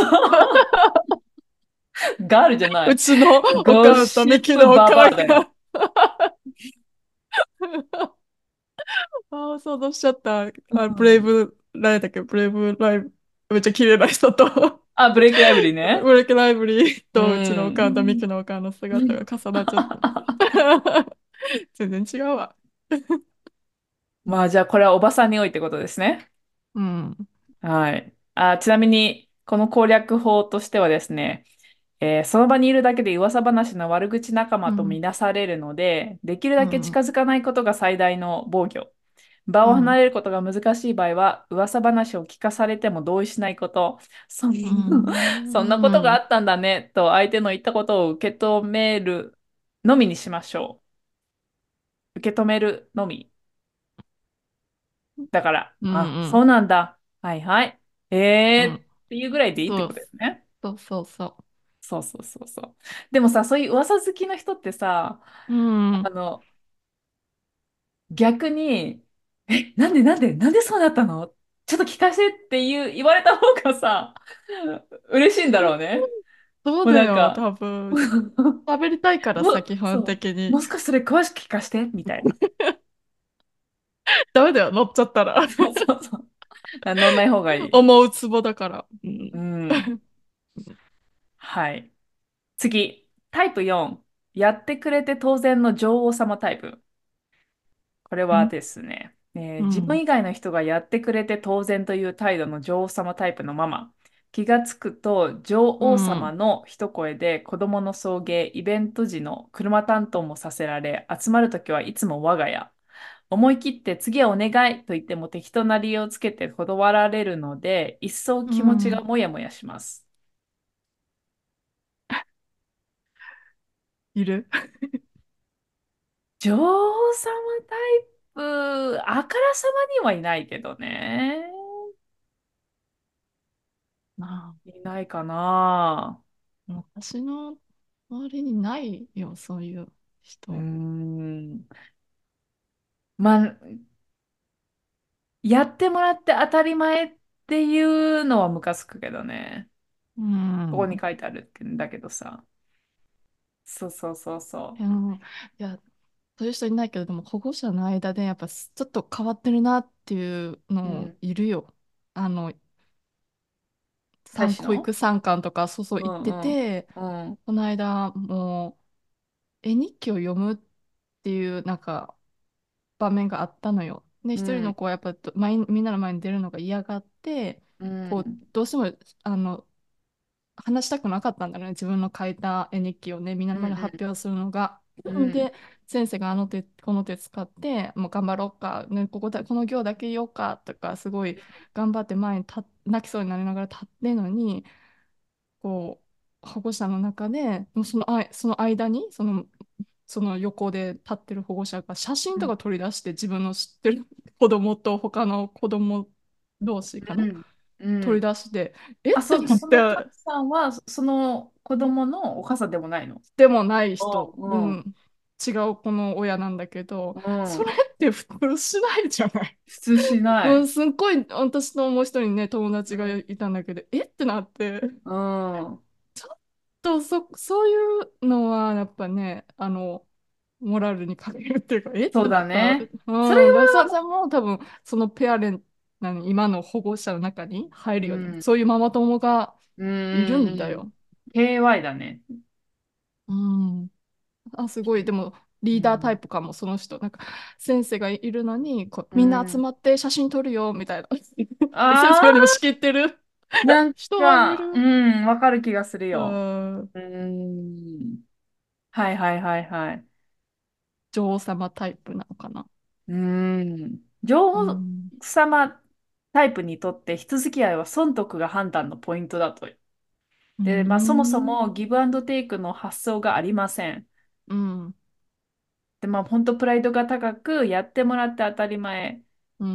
S2: ガールじゃな
S1: う。う
S2: い。
S1: ちのお
S2: ゴ
S1: かんと
S2: シ
S1: ミキのお
S2: ップバ
S1: かんが
S2: バアだよ。
S1: ああ、想像しちゃった。
S2: う
S1: ブレイ
S2: ん。
S1: ブ、ライだっけブレイブライブ、めっちゃ綺麗な人と、
S2: あ、ブレイクライブリーね。
S1: ブレイクライブリー
S2: う
S1: とうちのおかんとミ
S2: ん。
S1: キのおかんの姿が重なっちゃった。全然違うわ。
S2: まあ、じゃあ、これはおばさんに多いってことですね。
S1: うん。
S2: はい。ちなみに、この攻略法としてはですね、その場にいるだけで噂話の悪口仲間とみ
S1: うん。
S2: なされるので、できるだけ
S1: うん。
S2: 近づかないことが最大の防御。場を離
S1: うん。
S2: れることが難しい場合は、噂話を聞かされても同意しないこと。
S1: う
S2: そんなことがあ
S1: ん。
S2: ったんだねと相手の言ったことを受け止めるのみにしましょう。受け止めるのみ。だから、
S1: うん。
S2: あ、
S1: うん。
S2: そうなんだ。はいはい。
S1: うん。
S2: っていうぐらいでいいって
S1: そう、
S2: ことですね。
S1: そうそうそ
S2: そうそうそうそう。でもさ、そういう噂好きの人ってさ、
S1: う。うん。
S2: あの、逆に、なんでそうなったの？ちょっと聞かせてって言われた方がさ、嬉しいんだろうね。
S1: そう
S2: もう
S1: だよ、
S2: なんか、
S1: 多分。喋りたいからさ、基本
S2: そう、
S1: 的に。
S2: もう少しそれ詳しく聞かせてみたいな。
S1: ダメだよ、乗っちゃったら。
S2: そうそうそう。乗んない方がいい。
S1: 思うツボだから。う
S2: う
S1: ん。
S2: ん。はい。次、タイプ4。やってくれて当然の女王様タイプ。これはですね、自分
S1: うん。
S2: 以外の人がやってくれて当然という態度の女王様タイプのママ。気がつくと女王様
S1: うん。
S2: の一声で子供の送迎、イベント時の車担当もさせられ、集まるときはいつも我が家。思い切って次はお願いと言っても適当な理由をつけて断られるので、一層
S1: う
S2: 気持ちが
S1: ん。
S2: もやもやします。
S1: いる。
S2: 女王様タイプ、あからさまにはいないけどね。
S1: ま
S2: いないかな。
S1: あ、私の周りにないよ、そういう
S2: うー
S1: 人。
S2: ん。まあ、やってもらって当たり前っていうのはムカつくけどね。
S1: う
S2: ここに
S1: ん。
S2: 書いてあるんだけどさ。そうそうそうそ
S1: いや、そういう人いないけど、でも保護者の間でやっぱちょっと変わってるなっていう
S2: う。う
S1: の
S2: ん。
S1: いるよ。保
S2: 大使の。
S1: 育参観とかそうそう
S2: う
S1: 行って
S2: ん
S1: て、
S2: うん。うん。
S1: この間もう絵日記を読むっていうなんか場面があったのよ。で、一人の
S2: うん。
S1: 子はやっぱみんなの前に出るのが嫌がって、
S2: う
S1: こう、
S2: ん。
S1: どうしても、 話したくなかったんだろうね。自分の書いた絵日記をね、みんなの前で発表するのが。
S2: うん。
S1: で、先生があの手、この手使って、もう頑張ろうか、ね、この行だけ言おうかとか、すごい頑張って前に泣きそうになりながら立ってんのに、こ保護者の中で、もうその間に、その横で立ってる保護者が写真
S2: うん。
S1: とか取り出して自分の知ってる子供と他の子供同士かな
S2: うん。う
S1: 取り
S2: ん。
S1: 出して、え
S2: あ、
S1: ってなっ
S2: そのカ
S1: て、
S2: ズさんは、その子供のお母さんでもないの？
S1: でもない人、う
S2: うん。
S1: ん、違う子の親なんだけど、
S2: うん。
S1: それって普通しないじゃない。
S2: 普通しない。
S1: うん、すっごい私のもう一人ね、友達が
S2: うん。
S1: いたんだけど、えってなって、
S2: うん。
S1: ちょっとそういうのはやっぱね、モラルに欠けるっていうか、えっ
S2: そう
S1: てなった。
S2: だね。それ
S1: うん、
S2: は、
S1: それも多分、そのペアレン、今の保護者の中に入るよね。
S2: うん。
S1: そういうママ友が
S2: う
S1: いる
S2: ん。うん。
S1: んだよ。
S2: KY だね。
S1: うん。あ、すごい。でも、リーダータイ
S2: うん。
S1: プかも、その人。なんか、先生がいるのに、みんな集
S2: うん。
S1: まって写真撮るよ、みたいな。で、先生よりも
S2: ああ、
S1: 仕切ってる
S2: なん
S1: 人はい
S2: か、う
S1: る。
S2: ん、わかる気がする
S1: う
S2: よ。
S1: ん。
S2: うん。はいはいはいはい。
S1: 女王様タイプなのかな。
S2: うん。
S1: う
S2: 女王
S1: ん。
S2: 様タイプにとって人付き合いは損得が判断のポイントだと。
S1: う
S2: で、まあそもそ
S1: ん。
S2: もギブアンドテイクの発想がありません。
S1: うん。
S2: で、まあ本当プライドが高くやってもらって当たり前。
S1: うん。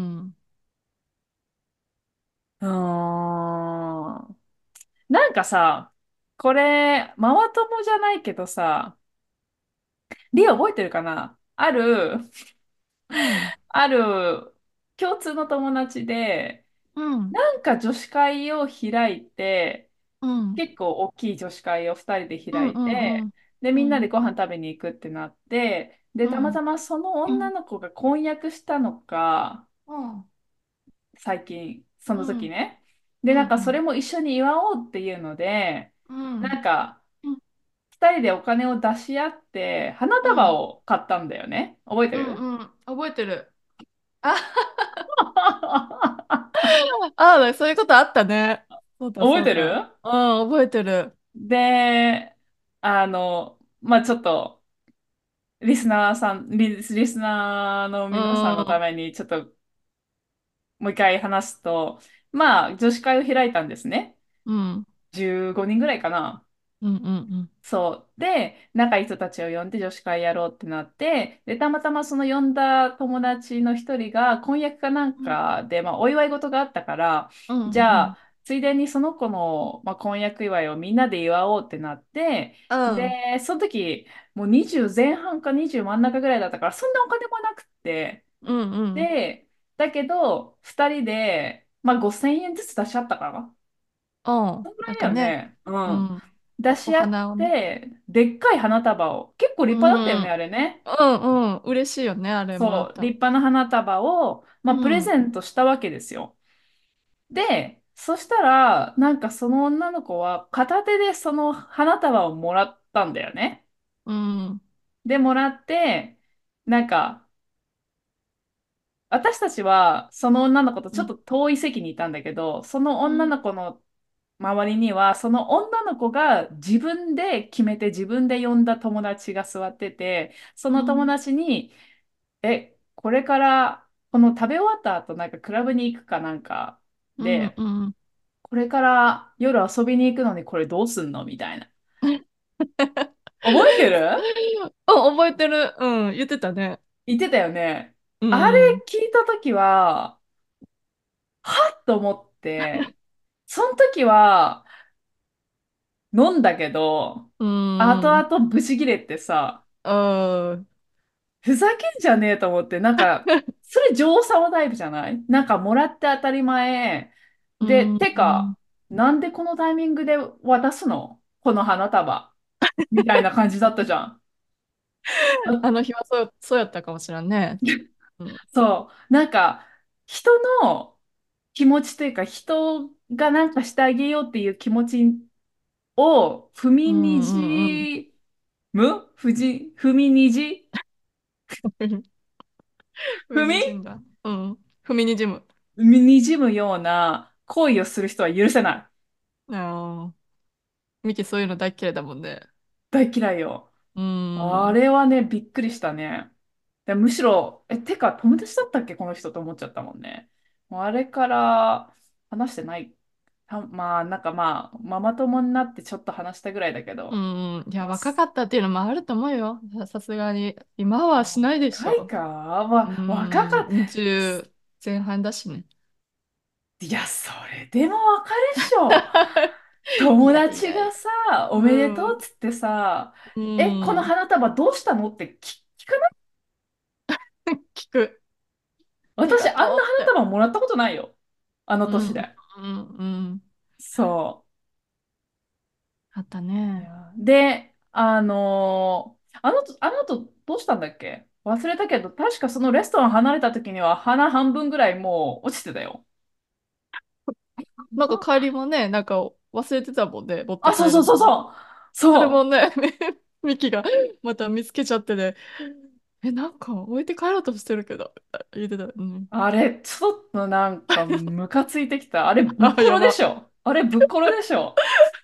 S2: うーん。なんかさ、これ、ママ友じゃないけどさ、リア覚えてるかな？
S1: うん。
S2: ある共通の友達で、
S1: うん。
S2: なんか女子会を開いて、
S1: うん。
S2: 結構大きい女子会を2人で
S1: うん。
S2: 開い
S1: うん。う
S2: て、
S1: ん。
S2: で、みんなで
S1: うん。
S2: ご飯食べに行くってなって、で、たまた
S1: うん。
S2: まその
S1: うん。
S2: 女の子が婚約したのか、
S1: うん。
S2: 最近、その時
S1: うん。
S2: ね。で、
S1: うん。
S2: なんか
S1: うん。
S2: それも一緒に祝おうっていうので、
S1: うん。
S2: なんか、2人でお金を出し合って、花束
S1: うん。
S2: を買ったんだよね。覚えて
S1: うん。
S2: る？
S1: うん。覚えてる。あ、あ、そういうことあったね。そうだ、
S2: 覚え
S1: そうだ。
S2: てる？
S1: うん、覚えてる。
S2: で、まあちょっと、リスナーの
S1: う
S2: 皆さんのた
S1: ん。
S2: めに、ちょっともう一回話すと、まあ、女子会を開いたんですね。
S1: うん。
S2: 15人ぐらいかな。
S1: うん。うん。
S2: そう。で、仲いい人たちを呼んで女子会やろうってなって、で、たまたまその呼んだ友達の一人が婚約かなん
S1: うん。
S2: かで、まあ、お祝い事があったから、
S1: うん。うん。
S2: じゃあ、ついでにその子の、まあ、婚約祝いをみんなで祝おうってなって、
S1: うん。
S2: で、その時、もう20前半か20真ん中ぐらいだったから、そんなお金もなくって、
S1: うん。うん。
S2: で、だけど、2人で、まあ、5000円ずつ出し合ったかな。
S1: うん。
S2: そんぐらいだ
S1: なんかね、
S2: よね。うん。
S1: うん。
S2: 出し合っ
S1: 花をね。
S2: て、でっかい花束を、結構
S1: う
S2: 立派だったよね、
S1: ん。
S2: あれね。
S1: うんうん。嬉しいよね、あれもらっ
S2: そう、
S1: たら。
S2: 立派な花束を、まあ、プレ
S1: うん。
S2: ゼントしたわけですよ。で、そしたら、なんかその女の子は片手でその花束をもらったんだよね。
S1: うん。
S2: で、もらって、なんか、私たちはその女の子とちょっ
S1: うん。
S2: と遠い席にいたんだけど、その女
S1: うん。
S2: の子の周りには、その女の子が自分で決めて自分で呼んだ友達が座ってて、その友
S1: うん。
S2: 達に、これからこの食べ終わった後なんかクラブに行くかなんか
S1: うん。
S2: で、
S1: うん。
S2: これから夜遊びに行くのにこれどうすんのみたいな。覚えてる？
S1: うん、覚えてる。うん、言ってたね。
S2: 言ってたよね。
S1: う
S2: あれ
S1: ん。
S2: 聞いたときは、はっと思って、その時は飲んだけど、
S1: う
S2: 後
S1: ん。
S2: 々ブチギレってさ、
S1: うん。
S2: ふざけんじゃねえと思って、なんか、それ女王様タイプじゃない？なんかもらって当たり前。で、
S1: うん。
S2: てか、なんでこのタイミングで渡すのこの花束。みたいな感じだったじゃん。
S1: あの日はそうやったかもしれんね。うん。
S2: そう。なんか、人の気持ちというか、人がなんかしてあげようっていう気持ちを
S1: う
S2: 踏みに
S1: ん。うん。
S2: じ踏みにじ
S1: 踏み
S2: 踏み
S1: にじんだ。うん。踏みにじむ。
S2: にじむような行為をする人は許せない。
S1: ああ。 ミキそういうの大っ嫌いだもんね。
S2: 大嫌いよ。
S1: うー
S2: あ
S1: ん。
S2: れはね、びっくりしたね。でむしろ、てか、友達だったっけ、この人と思っちゃったもんね。もうあれから話してない。まあ、なんかまあ、ママ友になってちょっと話したぐらいだけ
S1: う
S2: ど、
S1: ーん。いや、
S2: まあ、
S1: 若かったっていうのもあると思うよ。さすがに。今はしないでしょ。
S2: 若いか、
S1: う
S2: 若かっ
S1: ーん。20前半だしね。
S2: いや、それでもわかるっしょ。
S1: い
S2: 友
S1: やいやいや。
S2: 達がさ、お
S1: う
S2: めでとう
S1: ん。
S2: っつってさ、
S1: う
S2: この
S1: ん。
S2: 花束どうしたのって聞かない？
S1: 聞く。あり
S2: 私、
S1: が
S2: あんな花
S1: とうって。
S2: 束もらったことないよ。あの
S1: うん。
S2: 年で。
S1: うん。うん。
S2: そ
S1: あった
S2: う。い
S1: ね。
S2: やで、あの後どうしたんだっけ忘れたけど、確かそのレストラン離れた時には花半分ぐらいもう落ちてたよ。
S1: なんか帰りもね、なんか忘れてたもんね。持って
S2: あ、そうそう
S1: 帰るのに。
S2: そうそう。
S1: それ
S2: そう。
S1: もね、ミキがまた見つけちゃってね。なんか置いて帰ろうとしてるけど、言ってた。うん。
S2: あれ、ちょっとなんかムカついてきた。あれ、ぶっ
S1: あ、
S2: ころで
S1: やば。
S2: しょ。あれ、ぶっころでしょ。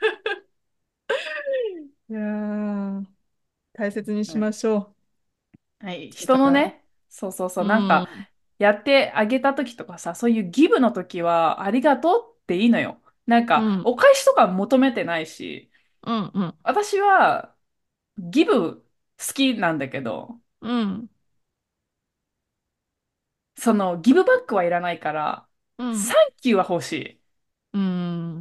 S1: いやー、大切にし
S2: はい。
S1: ましょ
S2: はい。
S1: う。だから。
S2: 人のね、そうそうそう、
S1: う
S2: なんか、
S1: ん。
S2: やってあげた時とかさ、そういうギブの時は、ありがとうっていいのよ。なんか、
S1: うん。
S2: お返しとか求めてないし、
S1: うん。うん。
S2: 私は、ギブ好きなんだけど、
S1: うん。
S2: その、ギブバックはいらないから、
S1: うん。
S2: サンキューは欲しいっ
S1: うん。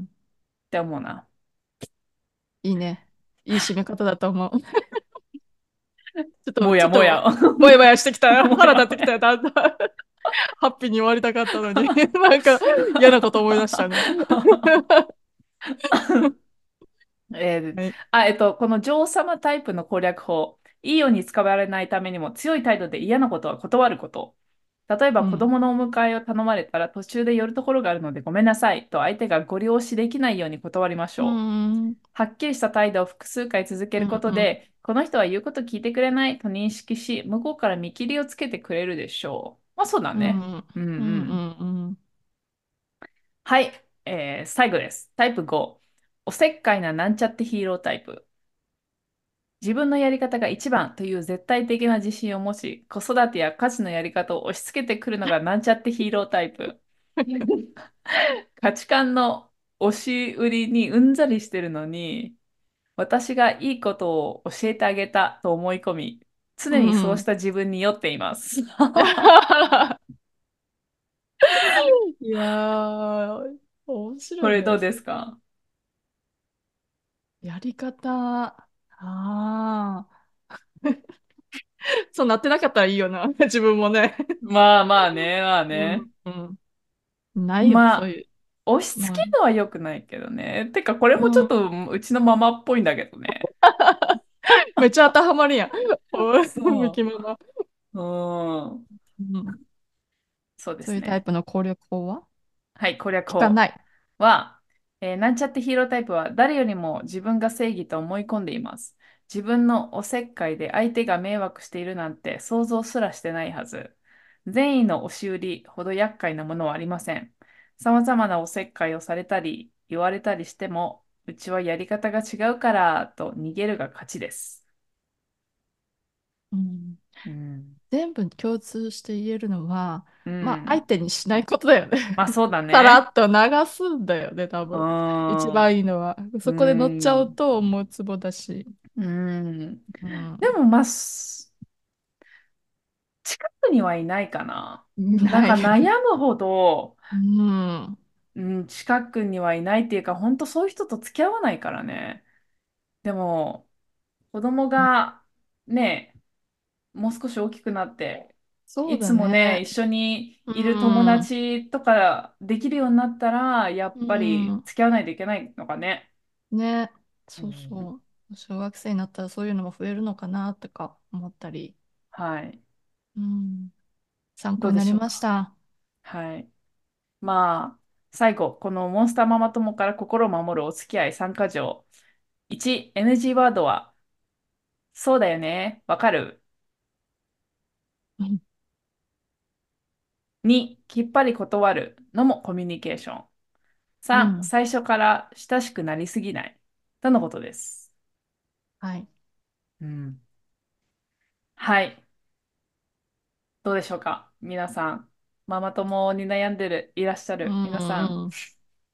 S2: て思うな。
S1: いいね。いい締め方だと思う。
S2: もやもや。
S1: ちょっと、もやもやしてきたよ。
S2: も
S1: 腹
S2: やもや。
S1: 立ってきたよ。だんだん。ハッピーに終わりたかったのに。なんか嫌なこと思い出したね。
S2: えー
S1: はい。
S2: この女王様タイプの攻略法。いいように使われないためにも強い態度で嫌なことは断ること。例えば
S1: うん。
S2: 子供のお迎えを頼まれたら途中で寄るところがあるのでごめんなさいと相手がご利用しできないように断りまし
S1: う
S2: ょう。
S1: ん。
S2: はっきりした態度を複数回続けるこ
S1: うん。うん。
S2: とで、この人は言うこと聞いてくれないと認識し、向こうから見切りをつけてくれるでしょう。まあそうだね。
S1: うん。
S2: うん
S1: うん。
S2: うん。
S1: うん。
S2: はい、最後です。タイプ5。おせっかいななんちゃってヒーロータイプ。自分のやり方が一番という絶対的な自信を持ち、子育てや家事のやり方を押し付けてくるのがなんちゃってヒーロータイプ。価値観の押し売りにうんざりしてるのに、私がいいことを教えてあげたと思い込み、
S1: う
S2: 常にそうし
S1: ん。
S2: た自分に酔っています。
S1: いやー、面白いね。
S2: これどうですか？
S1: やり方。ああ。そうなってなかったらいいよな。自分もね。
S2: まあまあね、まあ
S1: うん。
S2: ね。
S1: うん。ないよ、
S2: まあ、
S1: そういう。
S2: 押し付
S1: まあ、
S2: けるのは良くないけどね。てか、これもちょっ
S1: うん。
S2: とうちのママっぽいんだけどね。
S1: めっちゃ当てはまるやん。おいミ
S2: そ
S1: キママ。
S2: う。うん。
S1: うん。
S2: そうで
S1: そういうタイ
S2: すね。
S1: プの攻略法は
S2: はい、攻略法
S1: 聞かない。
S2: は、なんちゃってヒーロータイプは誰よりも自分が正義と思い込んでいます。自分のおせっかいで相手が迷惑しているなんて想像すらしてないはず。善意の押し売りほど厄介なものはありません。様々なおせっかいをされたり言われたりしても、うちはやり方が違うからと逃げるが勝ちです。
S1: うん。
S2: うん。
S1: 全部共通して言えるのは、
S2: う
S1: まあ、相
S2: ん。
S1: 手にしないことだよね。
S2: まあそうだ
S1: さら
S2: ね。
S1: っと流すんだよね、多
S2: う
S1: 分。一
S2: ーん。
S1: 番いいのは。
S2: う
S1: そこで乗っちゃう
S2: ん。
S1: と思うツボだし。
S2: うん。
S1: うん。
S2: でもまあ、近くにはいないかな。なんか
S1: ない。
S2: 悩むほど、
S1: うん。
S2: うん、近くにはいないっていうか、本当そういう人と付き合わないからね。でも、子供がね、もう少し大きくなって、いつ
S1: そうだ
S2: もね、
S1: ね。
S2: 一緒に
S1: う
S2: いる友
S1: ん。
S2: 達とかできるようになったら、やっ
S1: う
S2: ぱり
S1: ん。
S2: 付き合わないといけないのかね。
S1: ね。そう
S2: うん、
S1: そう。小学生になったらそういうのも増えるのかなとか思ったり。
S2: はい。
S1: うん。参
S2: どう
S1: 考になり
S2: でしょうか。
S1: ました。
S2: はい。まあ、最後、このモンスターママ友から心を守るお付き合い参加条。1、NG ワードは、そうだよね。わかる？
S1: うん。
S2: 2、きっぱり断るのもコミュニケーション。3、
S1: うん。
S2: 最初から親しくなりすぎない。 とのことです。
S1: はい。
S2: うん。はい。どうでしょうか皆さん。ママ友に悩んでる、いらっしゃ
S1: う
S2: る皆さん。
S1: んうん。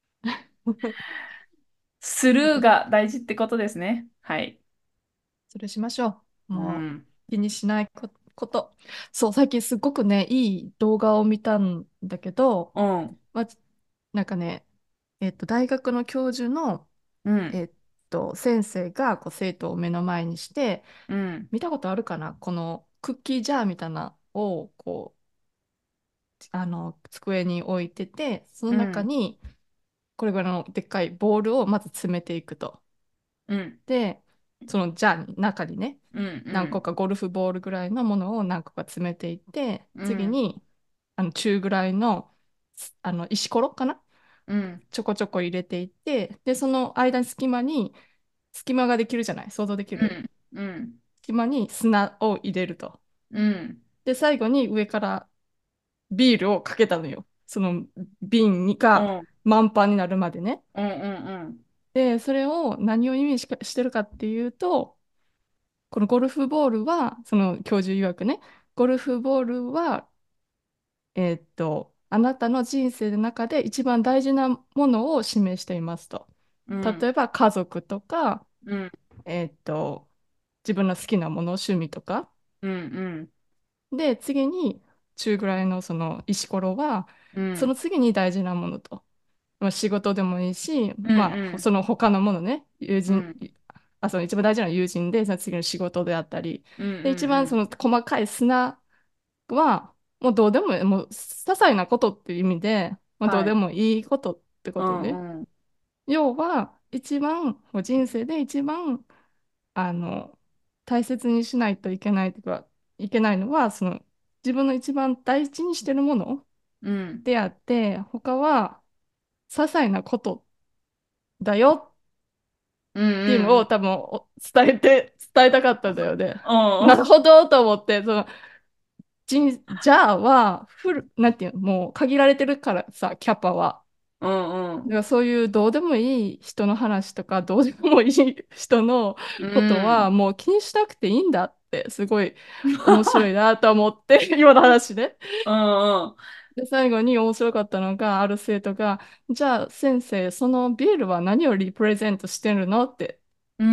S2: スルーが大事ってことですね。はい。
S1: それしましょう。も
S2: うん。
S1: う気にしないこと。そう、最近すごくね、いい動画を見たんだけど、
S2: うん。
S1: まあ、なんかね、大学の教授の、
S2: うん。
S1: えっ先生がこう生徒を目の前にして、
S2: うん。
S1: 見たことあるかな、このクッキージャーみたいなのをこう机に置いてて、その
S2: うん。
S1: 中にこれぐらいのでっかいボールをまず詰めていくと。
S2: うん。
S1: で、そのジャーに中にね、
S2: うん。
S1: 何個かゴルフボールぐらいのものを何個か詰めていって、
S2: うん。
S1: 次に中ぐらいの、石ころかな、
S2: うん。
S1: ちょこちょこ入れていって、で、その間に隙間ができるじゃない、想像できる？
S2: うん。うん。
S1: 隙間に砂を入れると。
S2: うん。
S1: で、最後に上からビールをかけたのよ。その瓶が
S2: うん。
S1: 満帆になるまでね。
S2: うん。うん。
S1: で、それを何を意味してるかっていうと、このゴルフボールは、その教授曰くね、ゴルフボールは、あなたの人生の中で一番大事なものを示していますと。
S2: うん。
S1: 例えば家族とか、
S2: うん。
S1: えっと、自分の好きなもの、趣味とか。
S2: うん。
S1: で、次に中ぐらいのその石ころは、
S2: うん。
S1: その次に大事なものと。まあ、仕事でもいいし、
S2: うん。
S1: まあ、
S2: うん。
S1: その他のものね、友人、
S2: うん。
S1: その一番大事なのは友人で、その次の仕事であったり、
S2: うん。う
S1: で、一番そ
S2: ん。
S1: の細かい砂は、もうどうでもいい、もう些細なことっていう意味で、まあ、どう
S2: はい。
S1: でもいいことってこ
S2: う
S1: とでね。
S2: ん。うん。
S1: 要は、一番、もう人生で一番、あの、大切にしないといけないとか、いけないのは、その、自分の一番大事にしてるもの
S2: うん。
S1: であって、他は、些細なことだよ
S2: うん。
S1: っていうのを
S2: うん。
S1: 多分伝えたかったんだよね。
S2: うん。
S1: なるほどと思って、じゃあは、なんていうの、もう限られてるからさ、キャパは。
S2: うん。うん。
S1: だからそういうどうでもいい人の話とか、どうでもいい人の
S2: う
S1: ことは
S2: ん。
S1: もう気にしなくていいんだって、すごい面白いなと思って、今の話で。
S2: うん。
S1: で、最後に面白かったのが、ある生徒が、じゃあ先生、そのビールは何をリプレゼントしてるのって、
S2: うん。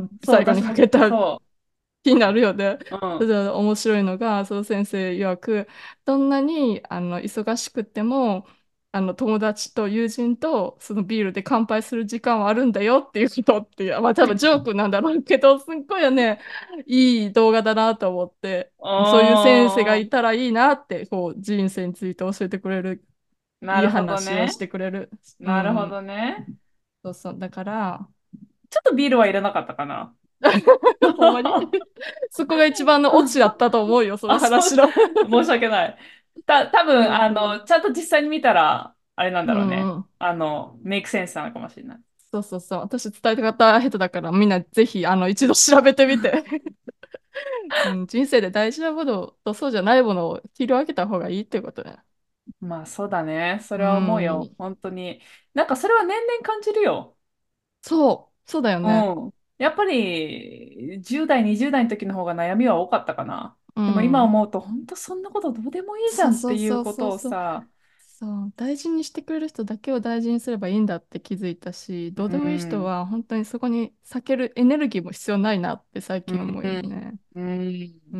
S2: そう、
S1: 最後に
S2: 私も
S1: かけた
S2: そ
S1: 気になるよね。
S2: う。うん。
S1: だから面白いのが、その先生曰く、どんなに忙しくても、友達と友人とそのビールで乾杯する時間はあるんだよっていうことっていう、まあ多分ジョークなんだろうけど、すっごいね、いい動画だなと思って、そういう先生が
S2: ああ、
S1: いたらいいなって、こう、人生について教えてくれる、いい
S2: なるほどね。
S1: 話をしてくれる。う
S2: なるほ
S1: ん。
S2: どね。
S1: そうそう。だから、
S2: ちょっとビールはいらなかったかな。
S1: ほんまにそこが一番のオチだったと思うよ、その
S2: あ、そう、
S1: 話の。
S2: 申し訳ない。多分
S1: そうそう。
S2: ちゃんと実際に見たら、あれなん
S1: う
S2: だろうね。
S1: んうん。
S2: メイクセンスなのかもしれない。
S1: そうそうそう。私伝えた方下手だから、みんなぜひ一度調べてみて。うん、人生で大事なものとそうじゃないものを切り分けた方がいいってことね。
S2: まあ、そうだね。そ
S1: う
S2: れは思うよ。
S1: ん。
S2: 本当に。なんか、それは年々感じるよ。
S1: そうだよ
S2: う
S1: ね。
S2: ん。やっぱり、10代、20代の時の方が悩みは多かったかな。
S1: う
S2: でも今
S1: ん。
S2: 思うと、本当そんなことどうでもいいじゃんって
S1: そうそうそう
S2: いうことを
S1: そうそう。
S2: さ、
S1: そう、大事にしてくれる人だけを大事にすればいいんだって気づいたし、
S2: う
S1: どうでもいい人
S2: ん、
S1: は本当にそこに避けるエネルギーも必要ないなって最
S2: うん、
S1: 近思うよね。
S2: うん、
S1: うん。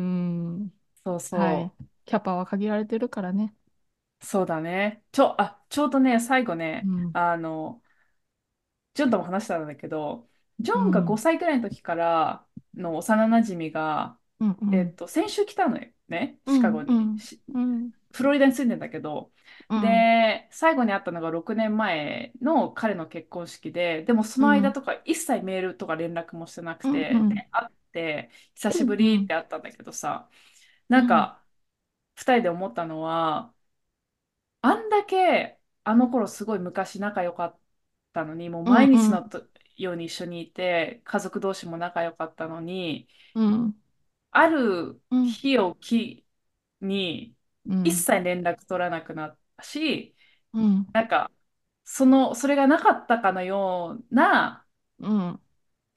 S2: そう
S1: はい。
S2: そう。
S1: キャパは限られてるからね。
S2: そうだね。ちょうどね、最後ね、
S1: うん。
S2: ジョンとも話したんだけど、ジョンが
S1: うん。
S2: 5歳くらいの時からの幼馴染が、
S1: うん。うん。
S2: 先週来たのよね、シカゴ
S1: うん。う
S2: に。
S1: ん。うん。
S2: フロリダに住んでんだけど、
S1: うん。
S2: で、最後に会ったのが6年前の彼の結婚式で、もその間
S1: うん。
S2: とか一切メールとか連絡もしてなく
S1: うん。う
S2: て、
S1: ん。
S2: で、会って、久しぶ
S1: うん。
S2: りって会ったんだけどさ、
S1: うん。
S2: なんか、二人で思ったのは、あんだけあの頃すごい昔仲良かったのに、もう
S1: うん。
S2: 毎日
S1: うん。
S2: のように一緒にいて、家族同士も仲良かったのに、
S1: うん。
S2: ある
S1: うん。
S2: 日を機に
S1: うん。
S2: 一切連絡取らなくなったし、
S1: うん。
S2: なんか、それがなかったかのような、
S1: うん。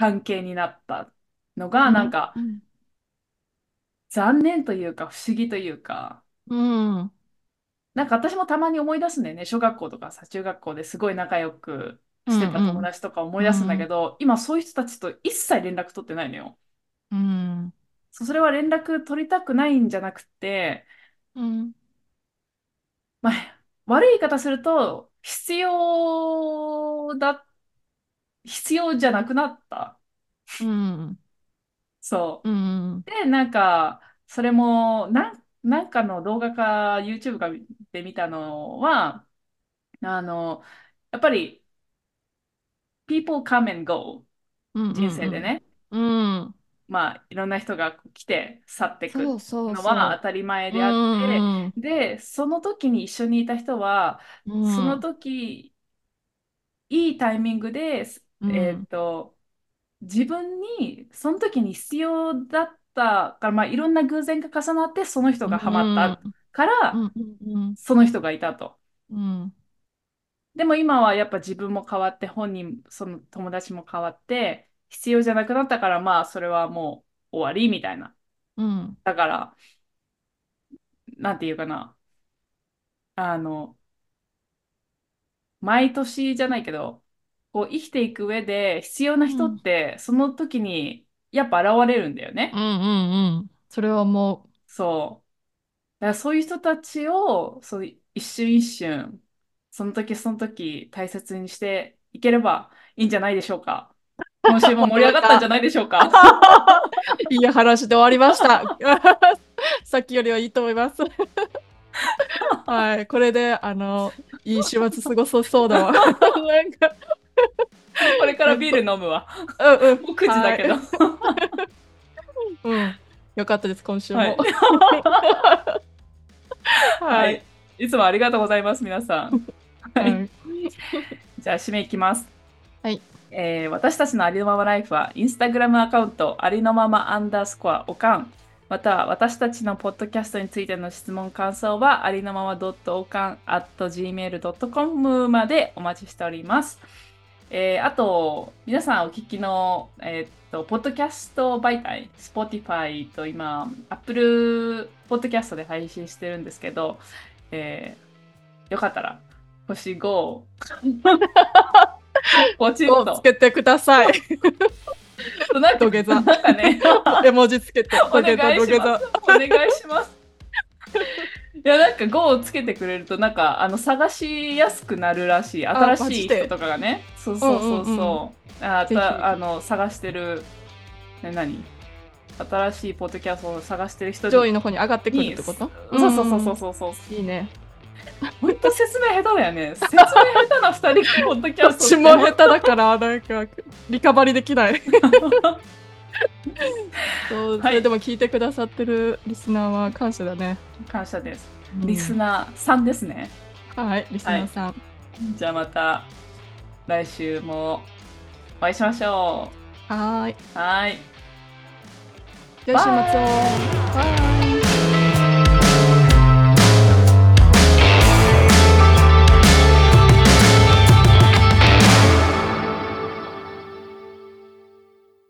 S2: 関係になったのが、なん
S1: うん。
S2: か
S1: うん。
S2: 残念というか不思議というか、
S1: うん。
S2: なんか私もたまに思い出すんだよね。小学校とかさ、中学校ですごい仲良く
S1: う
S2: してた友
S1: ん。
S2: 達とか思い出すんだ
S1: うん。
S2: けど、今そういう人たちと一切連絡取ってないのよ。
S1: うん。
S2: それは連絡取りたくないんじゃなくて、
S1: うん。
S2: まあ、悪い言い方すると、必要じゃなくなった。
S1: うん。
S2: そ
S1: うん。
S2: う。で、なんか、それも、なんかの動画か YouTube かで見たのは、あの、やっぱり、people come and go、
S1: うん。う
S2: 人
S1: ん。うん。
S2: 生でね。
S1: うん。
S2: まあ、いろんな人が来て去っていく
S1: そうそう
S2: のは当
S1: そ
S2: たり前
S1: う。う
S2: であって、
S1: ん。うん。
S2: で、その時に一緒にいた人は、
S1: う
S2: その
S1: ん。
S2: 時、いいタイミングで、
S1: うん。
S2: 自分にその時に必要だったから、まあ、いろんな偶然が重なってその人
S1: う
S2: がハマった
S1: ん。
S2: から、
S1: うん。うん。
S2: その人がいたと。
S1: うん。
S2: でも今はやっぱ自分も変わって、本人、その友達も変わって、必要じゃなくなったから、まあ、それはもう終わりみたいな。
S1: うん。
S2: だから、なんていうかな。あの、毎年じゃないけど、こう生きていく上で必要な人っ
S1: うん。
S2: て、その時にやっぱ現れるんだよね。
S1: うん。うん。それはも
S2: そう。だからそういう人たちを、そう一瞬一瞬、その時その時大切にしていければいいんじゃないでしょうか。今週
S1: う、
S2: も
S1: 本
S2: 盛り上がったんじゃ
S1: 当ですか？
S2: ないでしょうか。
S1: いい話で終わりました。さっきよりはいいと思います。はい。これで、いい週末過ごそうそうだわ。なんか、
S2: これからビール飲むわ。
S1: うんうん。
S2: もう9時だ
S1: はい。
S2: けど。
S1: うん。よかったです、今週も。
S2: はい。
S1: はい。
S2: はい。いつもありがとうございます、皆さん。はい。
S1: はい。
S2: じゃあ、締めいきます。
S1: はい。
S2: 私たちのありのままライフは、インスタグラムアカウント、ありのままアンダースコアおかん、または私たちのポッドキャストについての質問、感想は、ありのまま .okan@gmail.com までお待ちしております。あと、皆さんお聞きの、ポッドキャスト媒体、Spotify と今、Apple ポッドキャストで配信してるんですけど、よかったら、星5をポチッ
S1: をつ
S2: と。
S1: けてください。土下座。
S2: なんかね
S1: 絵文字つけて、
S2: お願
S1: 土下座、
S2: いします。
S1: 土下座。
S2: お願いします。いや、なんか5をつけてくれると、なんか、探しやすくなるらしい。
S1: あ、
S2: 新しい人
S1: マジで。
S2: とかがね。そう
S1: うん
S2: そうそう
S1: うんうん。
S2: そう。
S1: ぜひ。
S2: 探してる、何新しいポッドキャストを探してる人
S1: 上位の方に上がってくるっ
S2: に、
S1: てこと？う
S2: そうそうそう
S1: んうん。
S2: そうそうそう。
S1: いいね。
S2: ほんと説明下手だよね。説明下手な2人がポッドキャストって。
S1: 私も下手だから、なんか、リカバリできない。そう、
S2: はい。
S1: それでも聞いてくださってるリスナーは感謝だね。
S2: 感謝です。リス
S1: うん。
S2: ナーさんですね。
S1: はい、リス
S2: はい。
S1: ナーさん。
S2: じゃあまた来週もお会いしましょ
S1: はーい。
S2: う。はい。
S1: 良い週末を。
S2: バイ
S1: バイ。